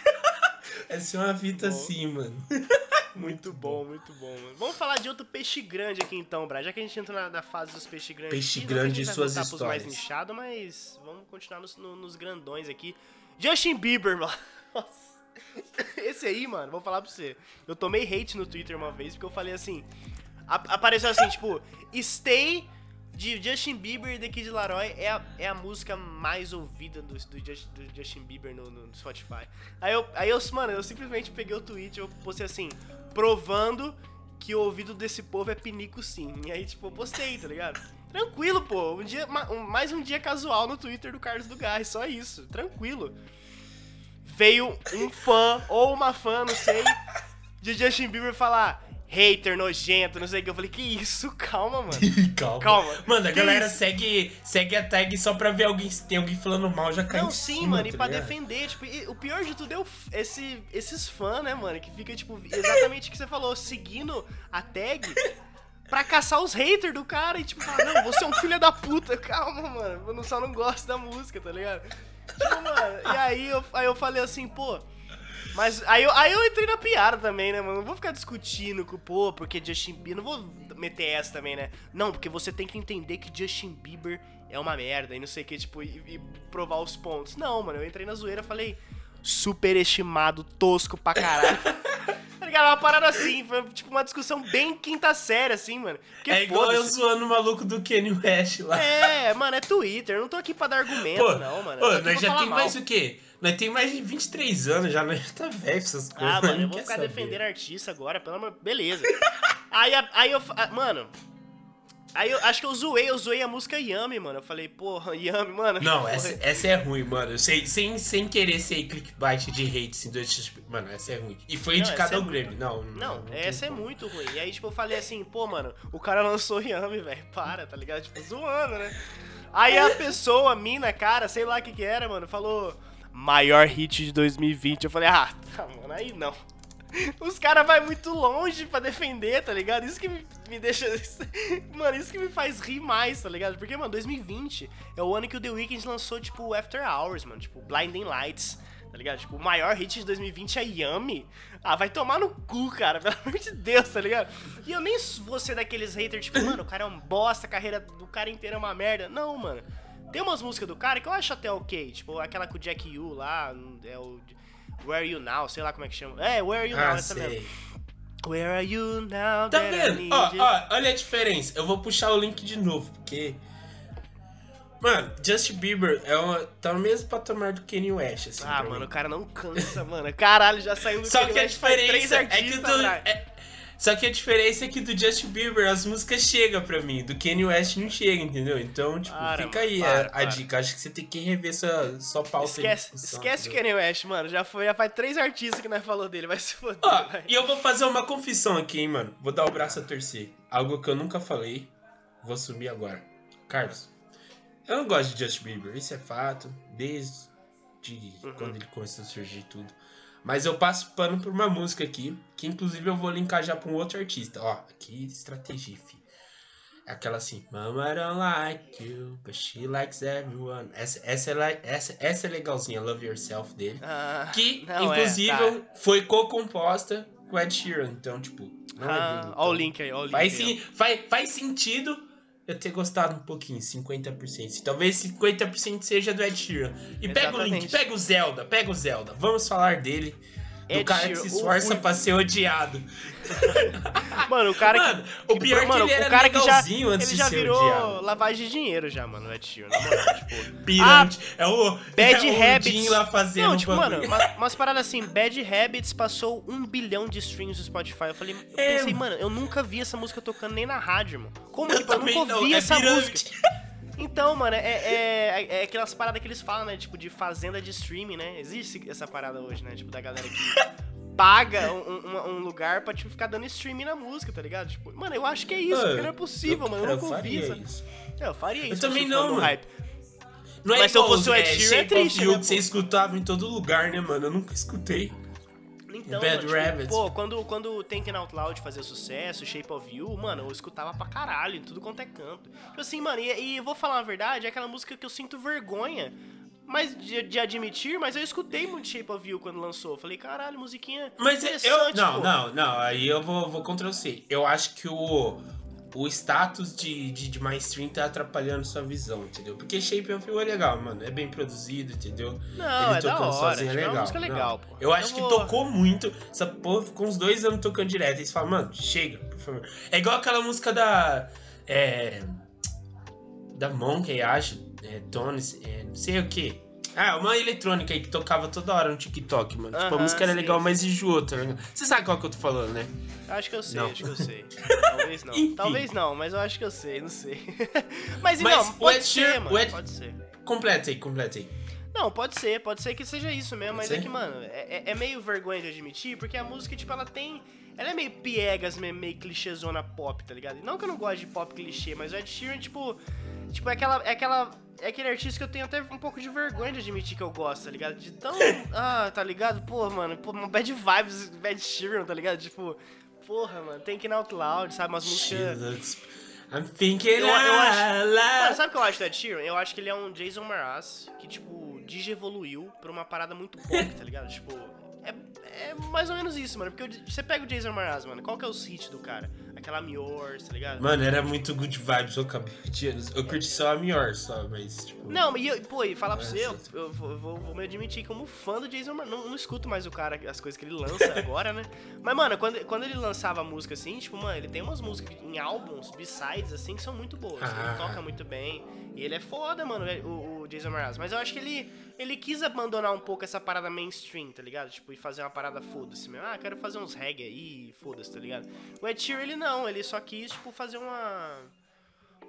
vai ser uma fita Bom. assim, mano. Muito bom, muito bom, mano. Vamos falar de outro peixe grande aqui então, Bra. Já que a gente entrou na, na fase dos peixes grandes. Peixe aqui, não que a grande gente e vai suas voltar pros mais histórias. nichados, mas vamos continuar nos, no- nos grandões aqui. Justin Bieber, mano. Nossa. Esse aí, mano, vou falar pra você. Eu tomei hate no Twitter uma vez porque eu falei assim. a- apareceu assim, tipo, Stay de Justin Bieber e The Kid Laroi é a, é a música mais ouvida do, do, Just- do Justin Bieber no, no Spotify. Aí eu, aí eu, mano, eu simplesmente peguei o tweet e eu postei assim, provando que o ouvido desse povo é pinico sim. E aí, tipo, eu postei, tá ligado? Tranquilo, pô. Um dia, ma- um- mais um dia casual no Twitter do Carlos do Gás, só isso. Tranquilo. Veio um fã, ou uma fã, não sei, de Justin Bieber falar hater, nojento, não sei o que. Eu falei, que isso? Calma, mano. Calma. Calma. Mano, a Que galera isso? segue, segue a tag só pra ver alguém, se tem alguém falando mal, já cai Não, em sim, cima, mano, e tá pra ligado? defender, tipo, e o pior de tudo é o f- esse, esses fãs, né, mano, que fica, tipo, exatamente o que você falou, seguindo a tag pra caçar os haters do cara e, tipo, falar, não, você é um filho da puta, calma, mano, eu não- só não gosto da música, tá ligado? Tipo, mano, e aí eu, aí eu falei assim, pô, mas aí eu, aí eu entrei na piada também, né, mano, não vou ficar discutindo com, pô, porque Justin Bieber, não vou meter essa também, né, não, porque você tem que entender que Justin Bieber é uma merda e não sei o que, tipo, e, e provar os pontos. Não, mano, eu entrei na zoeira e falei, superestimado, tosco pra caralho. Tá ligado? Uma parada assim, foi tipo uma discussão bem quinta série, assim, mano. Porque É igual eu foda-se. zoando o maluco do Kanye West lá. É, mano, é Twitter, eu não tô aqui pra dar argumento, Pô, não, mano. Pô, Eu tô aqui nós pra já falar tem mal. mais o quê? Nós tem mais de vinte e três anos já, nós já tá velho essas coisas. Ah, mano, não eu vou quer ficar saber. defendendo artista agora, pelo amor... Beleza. aí, a- aí eu... fa- ah, Mano, Aí eu acho que eu zoei, eu zoei a música Yummy, mano. Eu falei, porra, Yummy, mano. Não, porra. essa, essa é ruim, mano. Eu sei, sem, sem querer ser clickbait de hate, assim, do Mano, essa é ruim. E foi Não, indicado essa é ao muito- Grammy. Não, Não, não essa é tem como. muito ruim. E aí, tipo, eu falei assim, pô, mano, o cara lançou Yummy, velho. Para, tá ligado? Tipo, zoando, né? Aí a pessoa, a mina, cara, sei lá o que que era, mano, falou maior hit de dois mil e vinte. Eu falei, ah, tá, mano, aí não. Os caras vai muito longe pra defender, tá ligado? Isso que me, me deixa... Mano, isso que me faz rir mais, tá ligado? Porque, mano, dois mil e vinte é o ano que o The Weeknd lançou, tipo, After Hours, mano. Tipo, Blinding Lights, tá ligado? Tipo, o maior hit de dois mil e vinte é Yummy. Ah, vai tomar no cu, cara, pelo amor de Deus, tá ligado? E eu nem vou ser daqueles haters, tipo, mano, o cara é um bosta, a carreira do cara inteira é uma merda. Não, mano. Tem umas músicas do cara que eu acho até ok. Tipo, aquela com o Jack Yu lá, é o... Where Are You Now, sei lá como é que chama. É, Where Are You Now, Ah, essa sei. mesmo. Where are you now Tá that I vendo? need Ó, you? ó, olha a diferença. Eu vou puxar o link de novo, porque... Mano, Justin Bieber é uma, tá no mesmo patamar do Kanye West, assim. Ah, pra mano, mim. o cara não cansa, mano. Caralho, já saiu do Só Kanye que a West, faz três diferença é que artistas do... atrás. é- Só que a diferença é que do Justin Bieber as músicas chegam pra mim, do Kanye West não chega, entendeu? Então, tipo, Para, fica mano, aí para, a, a para. dica. Acho que você tem que rever sua, sua pauta Esquece, de discussão, esquece o entendeu? Kanye West, mano. Já foi, já faz três artistas que nós falou dele, vai se foder, Ó, vai. e eu vou fazer uma confissão aqui, hein, mano. Vou dar o braço a torcer. Algo que eu nunca falei, vou assumir agora. Carlos, eu não gosto de Justin Bieber, isso é fato, desde de Uhum. quando ele começou a surgir tudo. Mas eu passo pano por uma música aqui, que inclusive eu vou linkar já pra um outro artista. Ó, que estratégia, fi. É aquela assim, Mama I don't like you, but she likes everyone. Essa, essa, é, le- essa, essa é legalzinha, Love Yourself dele. Ah, Que, não, é, inclusive, tá. foi co-composta com Ed Sheeran. Então, tipo, não é Ah, dele. ó o então link aí, ó o link Faz, aí, sim, faz, faz sentido eu ter gostado um pouquinho, cinquenta por cento. Talvez cinquenta por cento seja do Ed Sheeran. E pega o link, Exatamente. pega o Zelda, pega o Zelda. Vamos falar dele. Do Ed cara que Sheeran, se o esforça ruivo. pra ser odiado. Mano, o cara Mano, que... o pior é que mano, ele era o cara que já, legalzinho antes ele de já ser virou odiado. lavagem de dinheiro já, mano, o Ed Sheeran, na moral, tipo... Pirante. é o Bad é o Habits. Jim lá fazendo Não, tipo, o mano, bagulho. uma- umas paradas assim, Bad Habits passou um bilhão de streams no Spotify. Eu falei, eu É. pensei, mano, eu nunca vi essa música tocando nem na rádio, mano. Como Eu que eu também nunca não, ouvi é essa pirâmide. música? Então, mano, é, é, é aquelas paradas que eles falam, né? Tipo, de fazenda de streaming, né? Existe essa parada hoje, né? Tipo, da galera que paga um, um- um lugar pra, tipo, ficar dando streaming na música, tá ligado? Tipo, mano, eu acho que é isso, Mano, porque não é possível, mano. Eu nunca ouvi faria essa. isso. É, eu faria isso. também se eu for não, no mano. hype. Não é Mas se eu igual fosse o os, Ed é, Sheeran, é Shape triste, of You né, que você pô? escutava em todo lugar, né, mano? Eu nunca escutei. Então, Bad mano, tipo, Rabbits. pô, quando, quando o Thinking Out Loud fazia sucesso, Shape of You, mano, eu escutava pra caralho, em tudo quanto é canto. Tipo assim, mano, e, e eu vou falar a verdade, é aquela música que eu sinto vergonha mas de, de admitir, mas eu escutei muito Shape of You quando lançou. Eu falei, caralho, musiquinha Mas eu. interessante, Não, pô. não, não. Aí eu vou, vou contra você. Eu acho que o. O status de, de, de mainstream tá atrapalhando sua visão, entendeu? Porque Shape of You é legal, mano. É bem produzido, entendeu? Não, Ele é da tocando hora, sozinho tipo, é uma música Não, legal, pô. Eu acho Eu que vou- tocou muito. Essa porra ficou uns dois anos tocando direto. Aí você fala, mano, chega, por favor. É igual aquela música da. É. Da Monkey, acho. É, Tones, é, não sei o que. Ah, uma eletrônica aí que tocava toda hora no TikTok, mano. tipo, a Aham, música era sim, legal, sim. mas enjoou, tá ligado? Você sabe qual que eu tô falando, né? Acho que eu sei, Não. acho que eu sei. Talvez não. Enfim. Talvez não, mas eu acho que eu sei, não sei. mas, Mas não, o pode Ed ser, Sheeran- mano, o Ed- pode ser. Completa aí, completa aí. Não, pode ser, pode ser que seja isso mesmo, mas Pode é ser? que, mano, é, é- é meio vergonha de admitir, porque a música, tipo, ela tem... Ela é meio piegas, meio, meio clichêzona pop, tá ligado? E não que eu não gosto de pop clichê, mas o Ed Sheeran, tipo... Tipo, é aquela... É aquela é aquele artista que eu tenho até um pouco de vergonha de admitir que eu gosto, tá ligado? De tão... Ah, tá ligado? Pô, mano, pô, uma bad vibes, Ed Sheeran, tá ligado? Tipo... Porra, mano, Thinking Out Loud, sabe? Umas She músicas... looks- I'm thinking Eu- eu acho- la, la. Mano, sabe o que eu acho do Ed Sheeran? Eu acho que ele é um Jason Mraz que, tipo, digievoluiu pra uma parada muito pop, tá ligado? Tipo, é, é mais ou menos isso, mano. Porque o- você pega o Jason Mraz, mano, qual que é os hits do cara? Aquela I'm Yours, tá ligado? Mano, era muito good vibes, eu acabei de... Eu curti só a melhor, só, mas, tipo... Não, mas, e eu- pô, e falar pra Nossa. você, eu, eu vou, eu vou- vou me admitir como fã do Jason Mraz. Não, não escuto mais o cara, as coisas que ele lança agora, né? Mas, mano, quando, quando ele lançava música assim, tipo, mano, ele tem umas músicas em álbuns, B-sides, assim, que são muito boas. Ah. Ele toca muito bem. E ele é foda, mano, o, o Jason Mraz. Mas eu acho que ele, ele quis abandonar um pouco essa parada mainstream, tá ligado? Tipo, e fazer uma parada foda-se mesmo. Ah, quero fazer uns reggae aí, foda-se, tá ligado? O Ed Sheeran, ele não, ele só quis, tipo, fazer uma...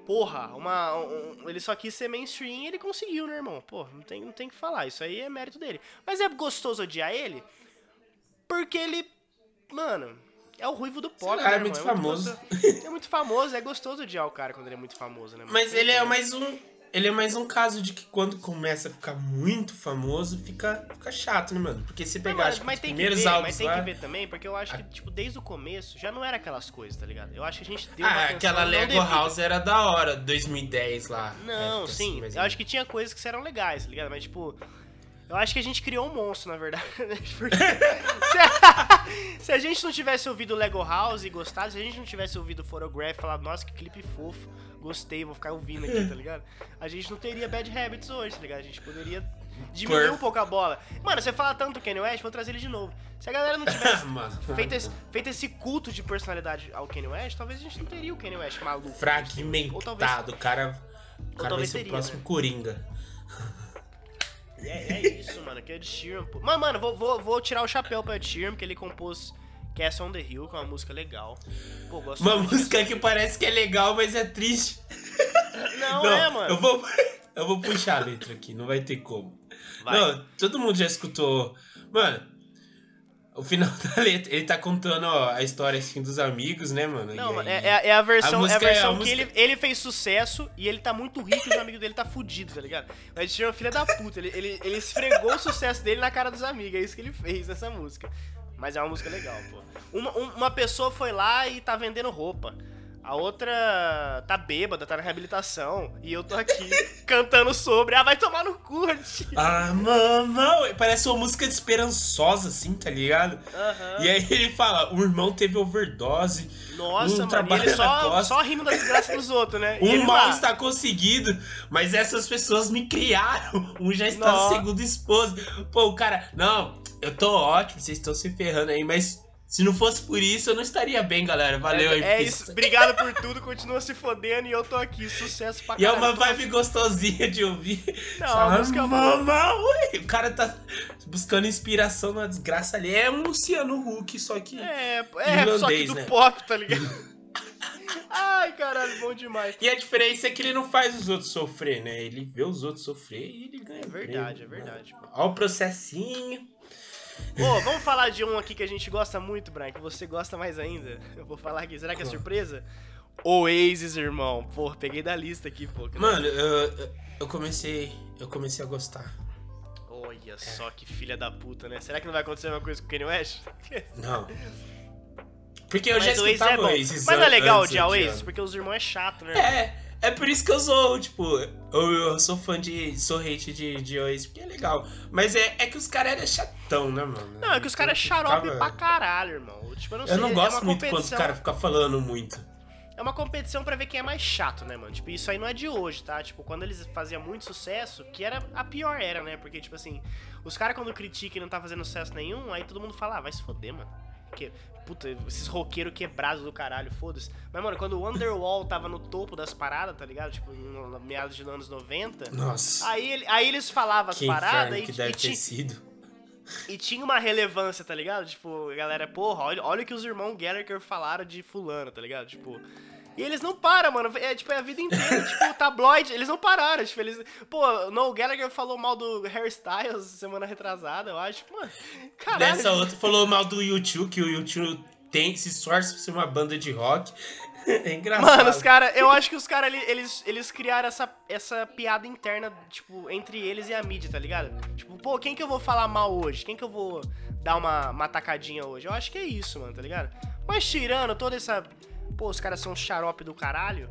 porra, uma, um, ele só quis ser mainstream e ele conseguiu, né, irmão? Pô, não tem, não tem que falar, isso aí é mérito dele. Mas é gostoso odiar ele porque ele, mano, é o ruivo do pop, Sei lá, né, é muito irmão? famoso. É muito, gostoso, é muito famoso, é gostoso odiar o cara quando ele é muito famoso, né? Mano? Mas ele é mais um. Ele é mais um caso de que quando começa a ficar muito famoso, fica, fica chato, né, mano? Porque se Não, pegar mano, acho que mas os tem que primeiros ver, álbuns mas tem lá... que ver também, porque eu acho que, tipo, desde o começo já não era aquelas coisas, tá ligado? Eu acho que a gente deu uma Ah, atenção aquela não Lego devida. House era da hora, dois mil e dez lá. Não, época sim, assim, mais ou eu acho menos. que tinha coisas que eram legais, tá ligado? Mas, tipo, eu acho que a gente criou um monstro, na verdade. Porque se, a, se a gente não tivesse ouvido Lego House e gostado, se a gente não tivesse ouvido Photograph e falado, nossa, que clipe fofo, gostei, vou ficar ouvindo aqui, tá ligado? A gente não teria Bad Habits hoje, tá ligado? A gente poderia diminuir Por- um pouco a bola. Mano, você fala tanto do Kanye West, vou trazer ele de novo. Se a galera não tivesse Mano. feito, esse, feito esse culto de personalidade ao Kanye West, talvez a gente não teria o Kanye West maluco. Ou talvez, Fragmentado, o cara, o cara vai talvez ser o teria, próximo né? Coringa. É, é isso, mano, que é Ed Sheeran, pô. Mas, mano, vou, vou, vou tirar o chapéu pro Ed Sheeran, porque ele compôs Castle on the Hill, que é uma música legal. Pô, gosto Uma muito música disso. que parece que é legal, mas é triste. Não, é, mano. Eu vou, eu vou puxar a letra aqui, não vai ter como. Vai. Não, todo mundo já escutou. Mano, o final da letra, ele tá contando ó, a história assim dos amigos, né, mano? Não, E mano, aí- é, é- é a versão, a música é a é- versão a que música- ele, ele fez sucesso e ele tá muito rico e os amigos dele tá fudido, tá ligado? O Ed Sheeran é um filho da puta, ele, ele, ele esfregou o sucesso dele na cara dos amigos, é isso que ele fez nessa música. Mas é uma música legal, pô. Uma, um- uma pessoa foi lá e tá vendendo roupa. A outra tá bêbada, tá na reabilitação. E eu tô aqui cantando sobre. Ah, vai tomar no cu, Ed Sheeran. Ah, mano, parece uma música esperançosa, assim, tá ligado? Aham. E aí ele fala, o irmão teve overdose, Nossa, um mano, e trabalha ele na só, costa. só rindo da desgraça dos outros, né? E Um ele mal lá. está conseguido, mas essas pessoas me criaram. Um já está Nossa. no segundo esposo. Pô, o cara, não, eu tô ótimo, vocês estão se ferrando aí, mas se não fosse por isso, eu não estaria bem, galera. Valeu aí. É, é por isso, obrigado por tudo, continua se fodendo e eu tô aqui, sucesso pra E é caralho. uma Tô- vibe gostosinha de ouvir. Não, Fala, a música é boa. mamão, ué. O cara tá buscando inspiração na desgraça ali. É um Luciano Huck, só que... É, é Irlandês, só que do né? pop, tá ligado? Ai, caralho, bom demais. E a diferença é que ele não faz os outros sofrer, né? Ele vê os outros sofrer e ele ganha É verdade, é prêmio. verdade. pô. Ó o processinho. Ô, vamos falar de um aqui que a gente gosta muito, Brian, que você gosta mais ainda. Eu vou falar aqui, será que é Qual? surpresa? Oasis, irmão. Pô, peguei da lista aqui, pô. que Mano, eu, eu comecei. Eu comecei a gostar. Olha só que filha da puta, né? Será que não vai acontecer uma coisa com o Kanye West? Não. Porque eu já Mas o Oasis é escutava bom. Oasis. Mas não é an- legal antes odiar o odiando. Oasis? Porque os irmãos é chato, né? irmão? É, é por isso que eu sou, tipo, eu, eu sou fã de. Sou hate de, de Oasis, porque é legal. Mas é, é que os caras eram chatão, né, mano? Não, é que os caras é Então, xarope ficava- pra caralho, irmão. Tipo, eu não sei, Eu não é gosto uma muito quando os competição. caras ficam falando muito. É uma competição pra ver quem é mais chato, né, mano? Tipo, isso aí não é de hoje, tá? Tipo, quando eles faziam muito sucesso, que era a pior era, né? Porque, tipo assim, os caras quando criticam e não tá fazendo sucesso nenhum, aí todo mundo fala, ah, vai se foder, mano. Porque, puta, esses roqueiros quebrados do caralho, foda-se. Mas, mano, quando o Wonderwall tava no topo das paradas, tá ligado? Tipo, no, no meados dos anos noventa, Nossa. aí, ele- aí eles falavam as Que paradas inferno e, que e deve ti- ter sido. e tinha uma relevância, tá ligado? Tipo, a galera, porra, olha, olha o que os irmãos Gallagher falaram de fulano, tá ligado? Tipo... E eles não param, mano. É, tipo, é a vida inteira, tipo, tabloide. Eles não pararam, tipo, eles... Pô, o Noel Gallagher falou mal do Harry Styles semana retrasada, eu acho. Mano, caralho. Dessa outra falou mal do YouTube, que o YouTube tem, se esforça pra ser uma banda de rock. É engraçado. Mano, os caras... Eu acho que os caras, eles, eles criaram essa, essa piada interna, tipo, entre eles e a mídia, tá ligado? Tipo, pô, quem que eu vou falar mal hoje? Quem que eu vou dar uma, uma tacadinha hoje? Eu acho que é isso, mano, tá ligado? Mas tirando toda essa... Pô, os caras são um xarope do caralho.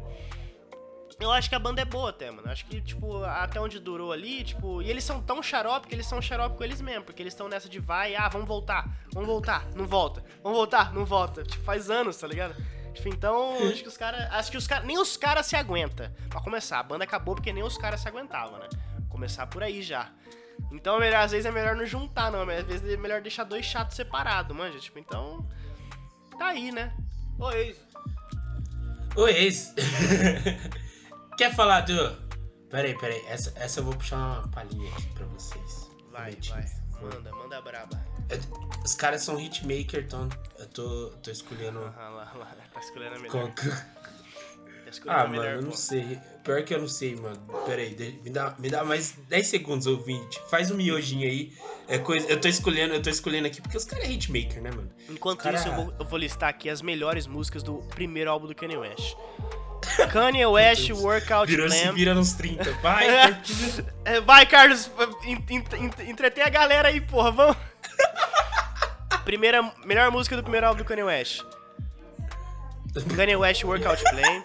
Eu acho que a banda é boa até, mano. Acho que, tipo, até onde durou ali, tipo... E eles são tão xarope que eles são xarope com eles mesmo. Porque eles estão nessa de vai, ah, vamos voltar. Vamos voltar, não volta. Vamos voltar, não volta. Tipo, faz anos, tá ligado? Tipo, então, acho que os caras... Acho que os caras... Nem os caras se aguentam. Pra começar, a banda acabou porque nem os caras se aguentavam, né? Começar por aí já. Então, melhor, às vezes é melhor não juntar, não. Às vezes é melhor deixar dois chatos separados, manja. Tipo, então... Tá aí, né? Oi. O ex. Quer falar do... Peraí, peraí. Essa, essa eu vou puxar uma palhinha aqui pra vocês. Vai, Bonitinho. vai. Manda, manda braba. Eu- Os caras são hitmaker, então eu tô, tô escolhendo... Aham, lá, lá. Tá escolhendo a melhor. Qual que- É escolher Ah, uma melhor, mano, eu não pô. sei. Pior que eu não sei, mano. Pera aí, de- me dá, me dá mais dez segundos, ouvinte. Faz um miojinho aí. É coisa, eu tô escolhendo, eu tô escolhendo aqui porque os caras é hitmaker, né, mano? Enquanto Os cara- isso, eu vou, eu vou listar aqui as melhores músicas do primeiro álbum do Kanye West. Kanye West, Workout Virou, se Plan. vira nos trinta. Vai, Cortez. É, vai, Carlos, en- en- en- entretém a galera aí, porra, vamos. Primeira, melhor música do primeiro álbum do Kanye West. Kanye West, Workout Plan.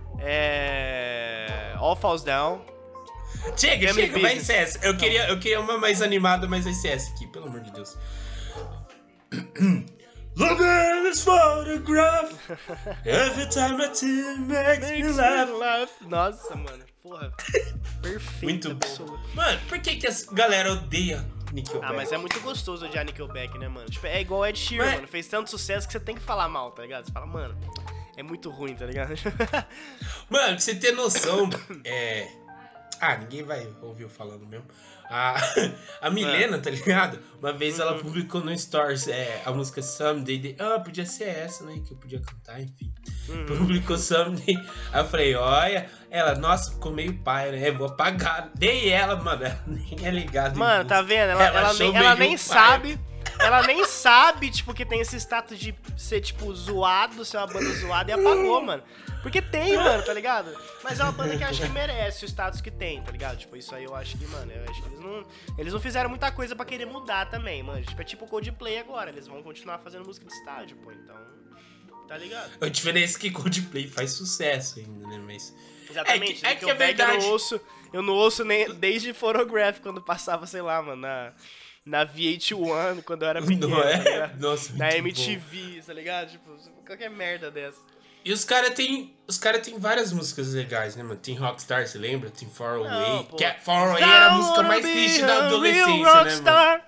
É... All Falls Down. Chega, Family chega, vai Business. C S. Eu queria, eu queria uma mais animada, mas vai C S aqui, pelo amor de Deus. Look at this photograph. Every time I see it makes me laugh. Nossa, mano, porra. Perfeito. Muito bom. absoluto. Mano, por que que a galera odeia Nickelback? Ah, mas é muito gostoso odiar Nickelback, né, mano? Tipo, é igual Ed Sheeran, Mas- mano. Fez tanto sucesso que você tem que falar mal, tá ligado? Você fala, mano, é muito ruim, tá ligado? Mano, pra você ter noção, é... Ah, ninguém vai ouvir eu falando mesmo. A, a Milena, tá ligado? Uma vez ela publicou no Stories é, a música Someday. De... Ah, podia ser essa, né? Que eu podia cantar, enfim. Uhum. Publicou Someday. Aí eu falei, olha. Ela, nossa, ficou meio pai, né? Vou apagar. Dei ela, mano. Ela nem é ligada. em Mano, tá música. vendo? Ela, ela, achou nem, ela meio nem pai. sabe. Ela nem sabe, tipo, que tem esse status de ser, tipo, zoado, ser uma banda zoada e apagou, mano. Porque tem, mano, tá ligado? Mas é uma banda que eu acho que merece o status que tem, tá ligado? Tipo, isso aí eu acho que, mano, eu acho que eles não. Eles não fizeram muita coisa pra querer mudar também, mano. Tipo, é tipo o Coldplay agora. Eles vão continuar fazendo música de estádio, pô. Então. Tá ligado? A diferença é que Coldplay faz sucesso ainda, né? Mas. Exatamente. É que- é que é Nickelback Eu verdade. não ouço, eu não ouço nem desde Photograph, quando passava, sei lá, mano, na, na V H um, quando eu era pequeno, Não é? tá ligado? Nossa, Na muito M T bom. V, tá ligado? Tipo, qualquer merda dessa. E os caras tem, os cara tem várias músicas legais, né, mano? Tem Rockstar, você lembra? Tem Far Away. pô. Que é- Far Away era a música mais triste da adolescência, né, mano?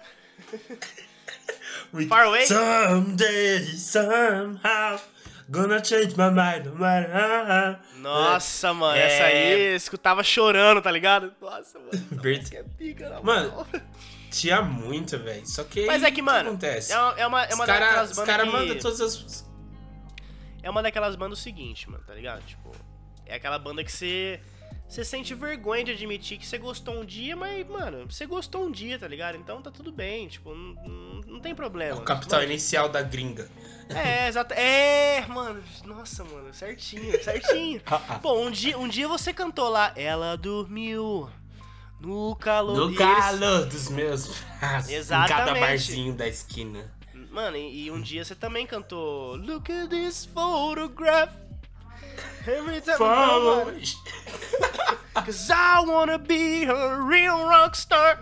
With Far Away? Someday, somehow, gonna change my mind, no matter how. Nossa, mano, É. essa aí eu escutava chorando, tá ligado? Nossa, mano, essa Verdade. música é pica, na Mano, moral. Tinha muita, velho. Só que Mas aí, é que, o mano, acontece? é uma, é uma, é uma os caras daquelas os bandas cara que... mandam todas as... É uma daquelas bandas o seguinte, mano, tá ligado? Tipo, é aquela banda que você... Você sente vergonha de admitir que você gostou um dia, mas, mano, você gostou um dia, tá ligado? Então tá tudo bem, tipo, não, não, não tem problema. O capital Mano, inicial da gringa. É, exato. É, mano, nossa, mano, certinho, certinho. Pô, um dia, um dia você cantou lá, ela dormiu no calor. No e calor dos meus braços. Em cada Exatamente. barzinho da esquina. eles- Mano, e, e um dia você também cantou Look at this photograph. Every time Follow. I Cause I wanna be a real rockstar.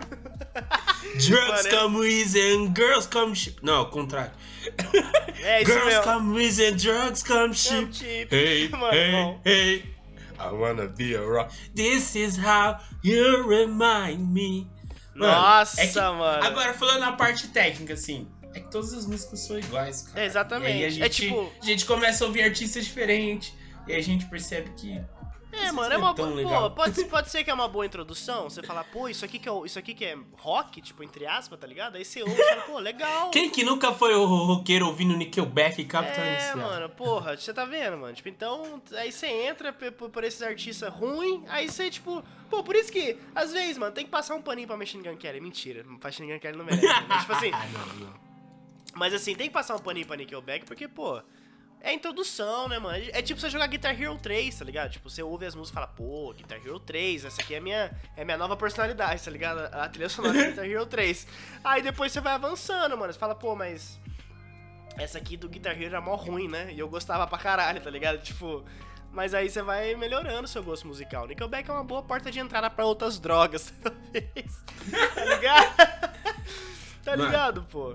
Drugs Mano, come easy and girls come cheap. Não, ao contrário. É isso Girls mesmo. come easy and drugs come cheap. Come cheap. Hey, Mano, hey, bom. hey. I wanna be a rock. This is how you remind me. Mano, Nossa, é que- mano. Agora, falando na parte técnica, assim, é que todas as músicas são iguais, cara. É, exatamente. E aí a gente, É tipo- a gente começa a ouvir artistas diferentes. E aí a gente percebe que. É, Isso mano, não é é uma tão boa. legal. Pô, pode, pode ser que é uma boa introdução. Você fala, pô, isso aqui que é, o- isso aqui que é rock, tipo, entre aspas, tá ligado? Aí você ouve e fala, pô, legal. Quem que nunca foi o roqueiro ouvindo Nickelback e Capital É, Inicial? mano, porra, você tá vendo, mano? Tipo, então, aí você entra p- p- por esses artistas ruins, aí você, tipo, pô, por isso que, às vezes, mano, tem que passar um paninho pra Machine Gun Kelly. Mentira, Machine Gun Kelly não merece. Né? Mas, tipo assim, Ah, não, não. mas assim, tem que passar um paninho pra Nickelback, porque, pô, é a introdução, né, mano? É tipo você jogar Guitar Hero três, tá ligado? Tipo, você ouve as músicas e fala, pô, Guitar Hero três, essa aqui é a minha, é a minha nova personalidade, tá ligado? A trilha sonora do Guitar Hero três. Aí depois você vai avançando, mano. Você fala, pô, mas essa aqui do Guitar Hero era mó ruim, né? E eu gostava pra caralho, tá ligado? Tipo, mas aí você vai melhorando o seu gosto musical. Nickelback é uma boa porta de entrada pra outras drogas, talvez. Tá ligado? Tá Mano. ligado, pô?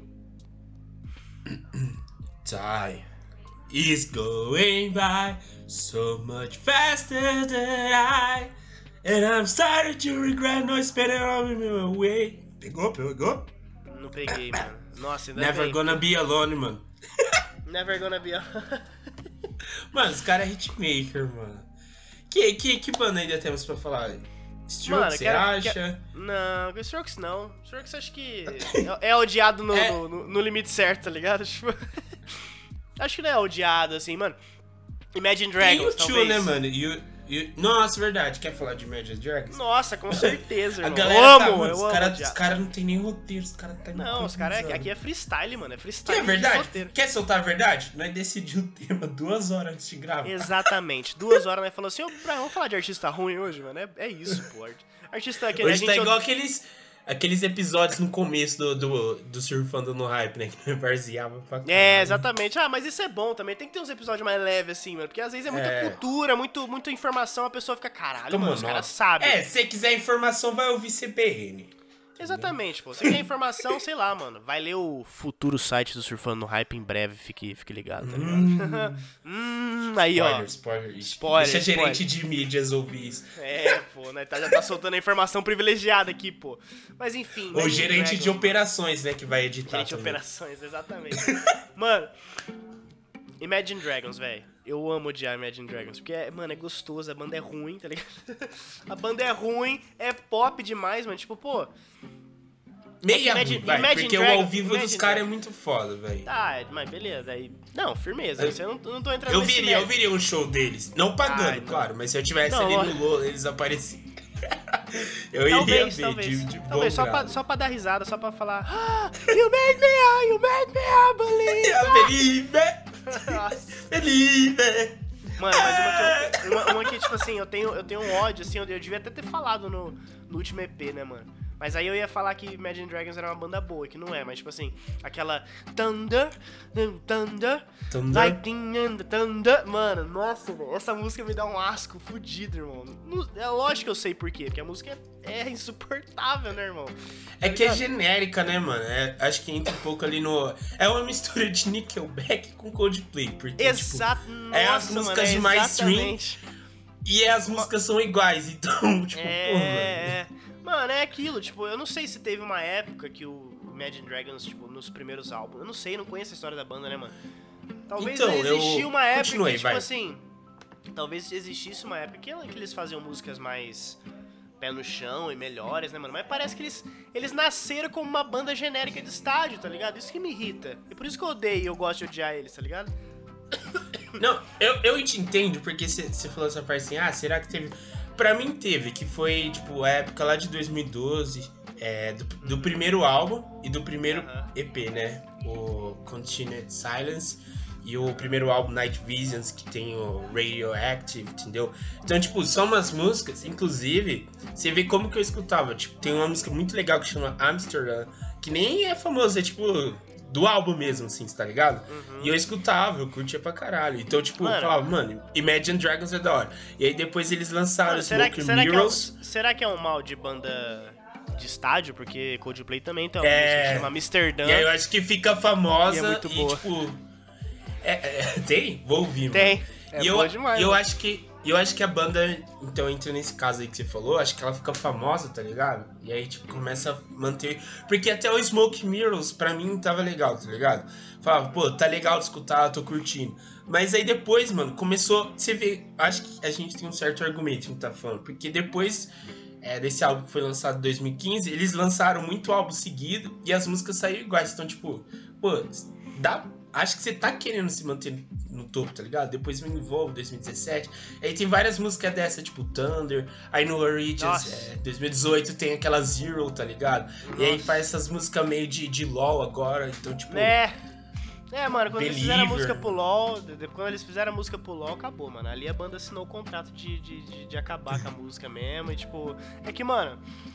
Time is going by so much faster than I, and I'm starting to regret not spending all of my way. Pegou, pegou? Não peguei, mano. Nossa, ainda Never bem. gonna be alone, mano. Never gonna be. Mano, os caras é hitmaker, mano. Que, que, que banda ainda temos pra falar? Strokes, Mano, você quero- acha? quero- Não, com Strokes não. Strokes acho que é, é odiado no, É. no, no- no limite certo, tá ligado? Tipo, acho que não é odiado, assim, mano. Imagine Tem Dragons, o Tio, talvez. né, mano? E o, e o- Nossa, verdade. Quer falar de Imagine Dragons? Nossa, com certeza, A irmão. galera eu tá, amo, mano, eu os amo. caras odiar. cara não tem nem roteiro, os caras tá Não, os caras improvisando. aqui é freestyle, mano. É Que freestyle. é de verdade? roteiro. Quer soltar a verdade? Nós decidimos o tema duas horas antes de gravar. Exatamente. Duas horas, né? Falou assim, ô, Brian, vamos falar de artista ruim hoje, mano? É, é isso, pô. Artista que a Hoje gente... tá igual aqueles, aqueles episódios no começo do, do, do Surfando no Hype, né? Que varzeava pra caralho. É, exatamente. Ah, mas isso é bom também. Tem que ter uns episódios mais leves, assim, mano. Porque às vezes é muita É. cultura, muito, muita informação, a pessoa fica, caralho, Toma mano, os nota. caras sabem. É, se você quiser informação, vai ouvir C P N. Exatamente, pô. Você quer informação, sei lá, mano. Vai ler o futuro site do Surfando no Hype em breve, fique, fique ligado, tá ligado? Hum, aí, ó. Spoiler, spoiler. Spoiler, Deixa a spoiler. gerente de mídias ouvir isso. É, pô, né? Tá, já tá soltando a informação privilegiada aqui, pô. Mas enfim. Ou Imagine gerente Dragons, de mano. operações, né? Que vai editar Gerente de também. operações, exatamente. Mano, Imagine Dragons, velho. Eu amo odiar Imagine Dragons, porque, é, mano, é gostoso, a banda é ruim, tá ligado? A banda é ruim, é pop demais, mano. Tipo, pô, Meia Imagine- ruim, vai, Imagine porque Dragons- o ao vivo dos Imagine caras é Dragons. muito foda, velho. tá, mas beleza. Aí... Não, firmeza. Isso eu não, eu não tô entrando Eu nesse viria, eu mérito. viria um show deles. Não pagando, Ai, não. claro, mas se eu tivesse Não, ali ó. no Lola, eles apareciam. Eu iria Talvez, ver, talvez. de, de talvez, bom só pra, grado. só pra dar risada, só pra falar ah, you made me, ah, you made me, I believe. Ah, Believe, Nossa. believe. Mano, mas uma que, eu, uma, uma que, tipo assim, eu tenho, eu tenho um ódio, assim, eu, eu devia até ter falado no, no último E P, né, mano? Mas aí eu ia falar que Imagine Dragons era uma banda boa, que não é, mas tipo assim, aquela Thunder, Thunder, Thunder. Lightning and Thunder, mano, nossa, velho, essa música me dá um asco fudido, irmão. Não- É lógico que eu sei por quê, porque a música é, é insuportável, né, irmão? É que é ligado? genérica, né, mano? É, acho que entra um pouco ali no... É uma mistura de Nickelback com Coldplay, porque, Exato, tipo, é as nossa, músicas mano, de é mais stream, exatamente. e as músicas são iguais, então, tipo, É, pô, mano. é. Mano, é aquilo, tipo, eu não sei se teve uma época que o Imagine Dragons, tipo, nos primeiros álbuns, eu não sei, não conheço a história da banda, né, mano? Talvez Então, existisse eu- uma época Continue, que, tipo vai. assim, talvez existisse uma época que, que eles faziam músicas mais pé no chão e melhores, né, mano? Mas parece que eles, eles nasceram como uma banda genérica de estádio, tá ligado? Isso que me irrita. E por isso que eu odeio e eu gosto de odiar eles, tá ligado? Não, eu, eu te entendo, porque você falou essa parte assim, ah, será que teve... Pra mim teve, que foi, tipo, a época lá de dois mil e doze, é, do, do primeiro álbum e do primeiro Aham. E P, né? O Continued Silence e o primeiro álbum Night Visions, que tem o Radioactive, entendeu? Então, tipo, são umas músicas, inclusive, você vê como que eu escutava. Tipo, tem uma música muito legal que chama Amsterdam, que nem é famosa, é tipo... do álbum mesmo, assim, tá ligado? Uhum. E eu escutava, eu curtia pra caralho. Então, tipo, Mano. eu falava, mano, Imagine Dragons é da hora. E aí depois eles lançaram Mano, será, Smoke que, será, que é um, Mirrors. será que é um mal de banda de estádio? Porque Coldplay também tem uma É. música que chama Amsterdã. E aí eu acho que fica famosa E é muito boa. tipo... É, é, tem? Vou ouvir, Tem. mano. É e eu, boa demais, e eu mano. acho que e eu acho que a banda, então, entra nesse caso aí que você falou, acho que ela fica famosa, tá ligado? E aí, tipo, começa a manter... Porque até o Smoke Mirrors, pra mim, tava legal, tá ligado? Falava, pô, tá legal de escutar, tô curtindo. Mas aí depois, mano, começou... Você vê, acho que a gente tem um certo argumento que tá falando. Porque depois é, desse álbum que foi lançado em dois mil e quinze, eles lançaram muito álbum seguido e as músicas saíram iguais. Então, tipo, pô, dá... Acho que você tá querendo se manter no topo, tá ligado? Depois vem Evolve, dois mil e dezessete. Aí tem várias músicas dessa, tipo Thunder. Aí no Origins, é, dois mil e dezoito, tem aquela Zero, tá ligado? Nossa. E aí faz essas músicas meio de, de LOL agora. Então, tipo... É. É, mano, quando eles fizeram a Believer. música pro LoL, de- de- quando eles fizeram a música pro LoL, acabou, mano. Ali a banda assinou o contrato de, de, de, de acabar com a música mesmo. E tipo, é que, mano,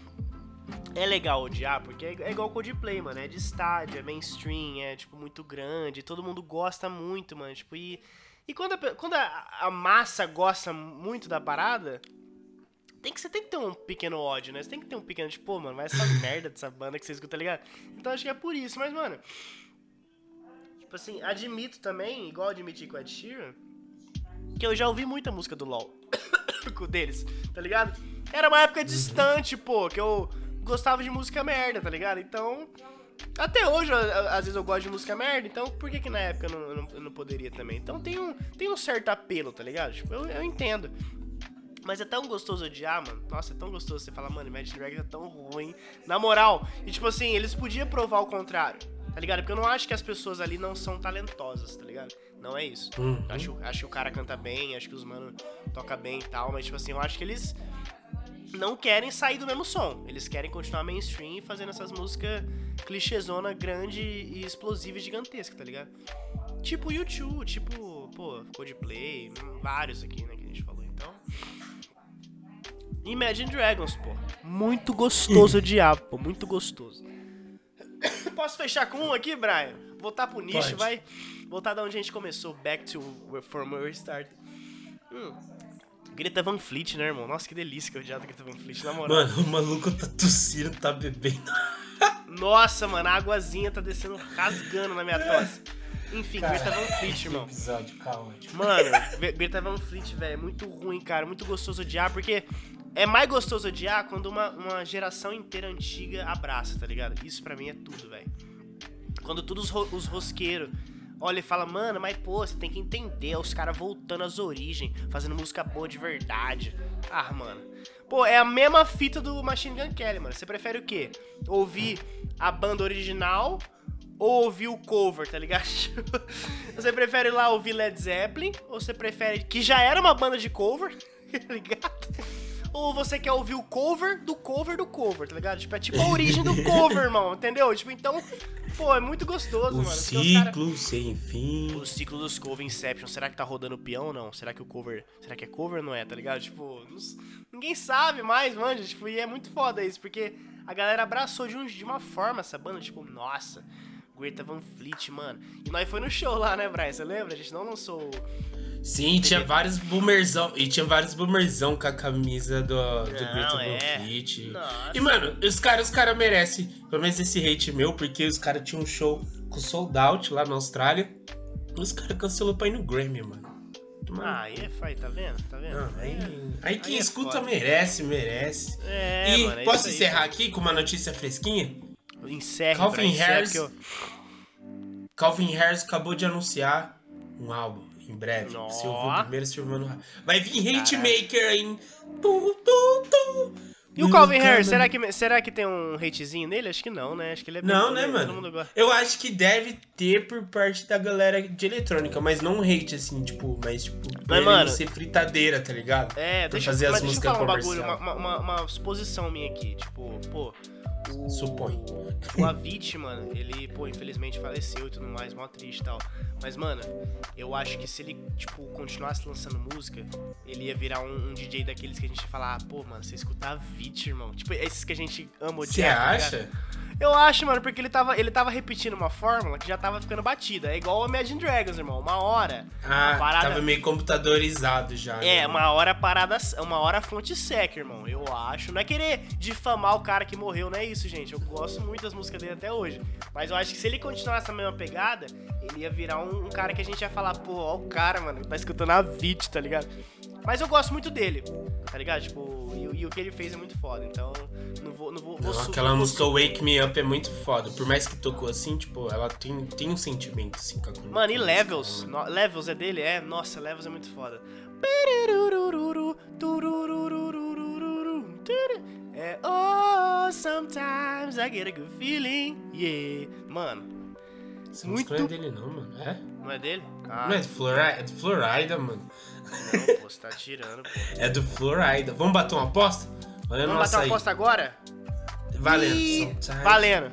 é legal odiar, porque é, é igual Coldplay, mano. É de estádio, é mainstream, é, tipo, muito grande. Todo mundo gosta muito, mano. Tipo, e, e quando, a, pe- quando a, a massa gosta muito da parada, tem que, você tem que ter um pequeno ódio, né? Você tem que ter um pequeno, tipo, pô, mano, vai essa merda dessa banda que você escuta, tá ligado? Então acho que é por isso, mas, mano... Tipo assim, admito também, igual admiti com o Ed Sheeran, que eu já ouvi muita música do LoL deles, tá ligado? Era uma época distante, pô, que eu gostava de música merda, tá ligado? Então, até hoje, eu- eu- às vezes eu gosto de música merda, então por que que na época eu não, eu não, eu não poderia também? Então tem um, tem um certo apelo, tá ligado? Tipo, eu, eu entendo. Mas é tão gostoso odiar, mano. Nossa, é tão gostoso você falar, mano, Imagine Dragons é tão ruim. Na moral, e tipo assim, eles podiam provar o contrário, tá ligado? Porque eu não acho que as pessoas ali não são talentosas, tá ligado? Não é isso. Uhum. Acho, acho que o cara canta bem, acho que os mano toca bem e tal, mas tipo assim, eu acho que eles não querem sair do mesmo som. Eles querem continuar mainstream fazendo essas músicas clichêzona grande e explosiva e gigantesca, tá ligado? Tipo U dois, tipo, pô, Coldplay, vários aqui, né, que a gente falou. Então, Imagine Dragons, pô. Muito gostoso de diabo, pô, muito gostoso. Posso fechar com um aqui, Brian? Voltar pro nicho, Pode. vai. Voltar da onde a gente começou, back to where- from where we started. Hum. Greta Van Fleet, né, irmão? Nossa, que delícia que eu odiava Greta Van Fleet, na moral. Mano, o maluco tá tossindo, tá bebendo. Nossa, mano, a águazinha tá descendo rasgando na minha tosse. Enfim, Cara, Greta Van Fleet, que irmão. episódio caótico. Mano, Ve- Greta Van Fleet, velho, é muito ruim, cara. Muito gostoso odiar, porque é mais gostoso odiar quando uma, uma geração inteira antiga abraça, tá ligado? Isso pra mim é tudo, velho. Quando todos os, ro- os rosqueiros olha e fala, mano, mas pô, você tem que entender, os caras voltando às origens, fazendo música boa de verdade. Ah, mano. Pô, é a mesma fita do Machine Gun Kelly, mano. Você prefere o quê? Ouvir a banda original ou ouvir o cover, tá ligado? Você prefere lá ouvir Led Zeppelin? Ou você prefere, que já era uma banda de cover, tá ligado? Ou você quer ouvir o cover do cover do cover, tá ligado? Tipo, é tipo a origem do cover, irmão, entendeu? Tipo, então, pô, é muito gostoso, O mano. porque os cara- ciclo sem fim. O ciclo dos cover Inception, será que tá rodando o peão ou não? Será que o cover. Será que é cover ou não é, tá ligado? Tipo, não s- ninguém sabe mais, mano. Tipo, e é muito foda isso, porque a galera abraçou de, um, de uma forma essa banda, tipo, nossa, Greta Van Fleet, mano. E nós foi no show lá, né, Brian? Você lembra? A gente não lançou. Sim, tinha vários boomerzão. E tinha vários boomerzão com a camisa do, do Não, Greta Van é. Fleet. Nossa. E, mano, os caras os cara merecem, pelo menos esse hate meu, porque os caras tinham um show com sold out lá na Austrália. E os caras cancelou pra ir no Grammy, mano. Mano, Ah, aí é fai, tá vendo? Tá vendo? não, aí, aí quem aí é escuta foda. merece, merece. É, e mano, é posso isso aí, encerrar cara. aqui com uma notícia fresquinha? Encerre, Calvin Brian, encerre, Harris. que eu- Calvin Harris acabou de anunciar um álbum em breve. Nó. Você ouviu primeiro, você ouviu no... Vai vir Hate Caralho. Maker, hein? Tu, tu, tu. E o Calvin No Harris, cano- será que, será que tem um hatezinho nele? Acho que não, né? Acho que ele é bem- Não, né, todo mano? mundo gosta. Eu acho que deve ter por parte da galera de eletrônica, mas não um hate, assim, tipo, mas, tipo, pra ele mano- não ser fritadeira, tá ligado? É, Pra deixa, fazer mas as deixa eu músicas falar um bagulho, comercial. uma, uma, uma, uma suposição minha aqui, tipo, pô, o... Supõe. O Avicii, mano, ele, pô, infelizmente faleceu e tudo mais, mó triste e tal. Mas, mano, eu acho que se ele, tipo, continuasse lançando música, ele ia virar um, um D J daqueles que a gente ia falar, ah, pô, mano, você escutar Avicii, irmão. Tipo, esses que a gente ama Você odiar, tá ligado? acha? Eu acho, mano, porque ele tava, ele tava repetindo uma fórmula que já tava ficando batida. É igual o Imagine Dragons, irmão. Uma hora. Ah, a parada... tava meio computadorizado já. É, né? uma hora a parada, uma hora a fonte seca, irmão. Eu acho. Não é querer difamar o cara que morreu, não é isso, gente. Eu gosto muito das músicas dele até hoje. Mas eu acho que se ele continuar essa mesma pegada, ele ia virar um, um cara que a gente ia falar, pô, ó o cara, mano, tá escutando a Avicii, tá ligado? Mas eu gosto muito dele, tá ligado? Tipo, e, e o que ele fez é muito foda. Então, não vou, não vou, vou Não, su- aquela não vou música su- Wake Me Up é muito foda. Por mais que tocou assim, tipo, ela tem, tem um sentimento, assim, com a Mano, e com a Levels? música, No- Levels é dele? É? Nossa, Levels é muito foda. Pirurururu, tururururururu, turu. É, oh, sometimes I get a good feeling, yeah. Mano, Essa muito- música não é dele não, mano. É? não é dele? Ah, Não é do Florida, é do Florida, mano. não, pô, você tá tirando, pô. É do Florida. Vamos bater uma aposta? Olha Vamos no bater uma açaí. aposta agora? Valendo. Ih, Sometimes, valendo.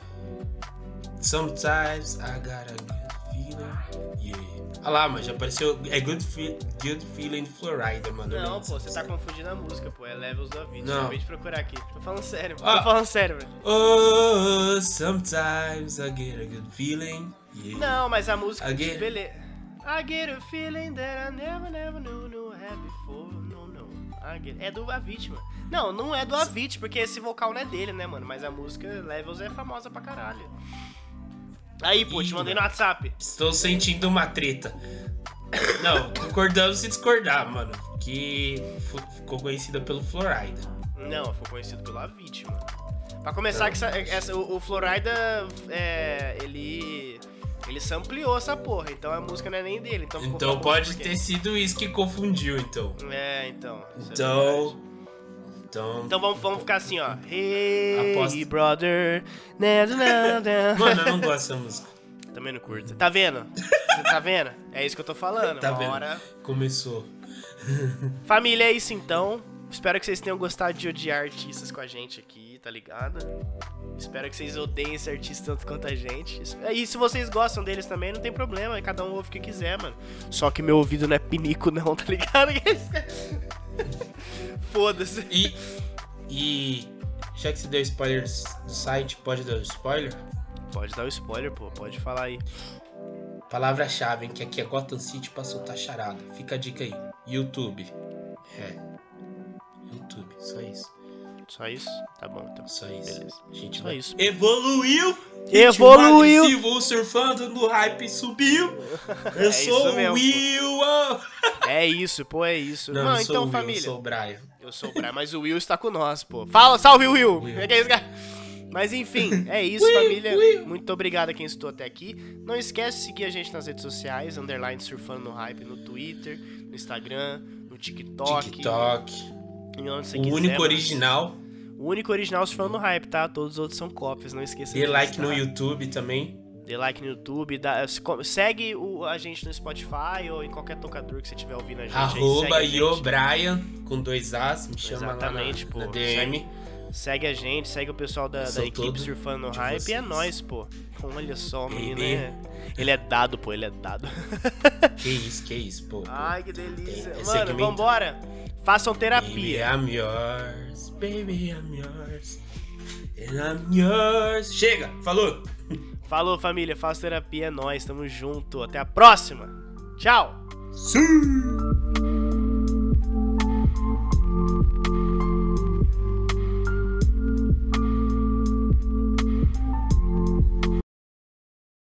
Sometimes I got a good feeling. Yeah. Olha lá, mano, já apareceu. É Good, fe good Feeling Florida, mano. Não, Olha pô, você tá isso. confundindo a música, pô. É Levels do Avicii. Não. Acabei de procurar aqui. Tô falando sério, pô. Ah. Tô falando sério, velho. Oh, sometimes I get a good feeling. Yeah. Não, mas a música, I get- beleza. I get a feeling that I never, never knew, knew I had before. No, no. I get... É do Avicii, mano. Não, não é do Avicii, porque esse vocal não é dele, né, mano? Mas a música Levels é famosa pra caralho. Aí, pô, te Ih, mandei no mano. WhatsApp. Estou sentindo uma treta. Não, concordamos em discordar, mano. Que fu- ficou conhecida pelo Florida. Não, foi conhecido pelo Avicii, mano. Pra começar, Não. que essa, essa- o, o Florida, é, ele... Ele sampleou essa porra, então a música não é nem dele. Então, ficou Então famoso pode por quê? ter sido isso que confundiu, então. É, então. isso é Então. verdade. Então. Então vamos, vamos ficar assim, ó. Hey, Aposta. brother. Na, na, na, na. Mano, eu não gosto dessa música. Também não curto. Tá vendo? Você tá vendo? É isso que eu tô falando. Tá Uma vendo? hora... Começou. Família, é isso então. Espero que vocês tenham gostado de odiar artistas com a gente aqui, tá ligado? Espero que vocês odeiem esse artista tanto quanto a gente. E se vocês gostam deles também, não tem problema. Cada um ouve o que quiser, mano. Só que meu ouvido não é pinico não, tá ligado? Foda-se. E, e já que você deu spoiler do site, pode dar o spoiler? Pode dar o spoiler, pô. Pode falar aí. Palavra-chave, hein, que aqui é Gotham City pra soltar charada. Fica a dica aí. YouTube. É. YouTube, só isso. Só isso? Tá bom, então. Só isso. Beleza. A gente Só vai... isso. Evoluiu! Evoluiu! Ritmo agressivo, surfando no hype subiu! Eu É sou isso o mesmo, Will! Oh! É isso, pô, é isso. Não, Não, eu sou então, o Will, família. eu sou o Brian. Eu sou o Brian, mas o Will está com nós, pô. Fala, salve, Will! Will. Como é que é isso, cara? Mas enfim, é isso, Will, família. Will. Muito obrigado a quem escutou até aqui. Não esquece de seguir a gente nas redes sociais, underline surfando no hype, no Twitter, no Instagram, no TikTok. TikTok. Em onde você O quiser, único mas- original. O único original surfando no hype, tá? Todos os outros são cópias, não esqueça Dê disso, like tá? no YouTube também. Dê like no YouTube, dá- segue o- a gente no Spotify ou em qualquer tocador que você estiver ouvindo a gente. aí, Arroba segue a gente. Iobrian, com dois As, me chama Exatamente, lá pô. na, na D M. Segue a gente, segue o pessoal da, da Sou equipe todo surfando no de hype e é vocês. nóis, pô. Olha só, o menino Ele- é... Ele é dado, pô, ele é dado. Que isso, que isso, pô. pô. Ai, que delícia. Tem- é Mano, segmento. vambora. Façam Baby, terapia. I'm yours, baby, I'm yours, and I'm yours. Chega, falou. Falou, família. Façam terapia, é nóis. Tamo junto. Até a próxima. Tchau. Sim.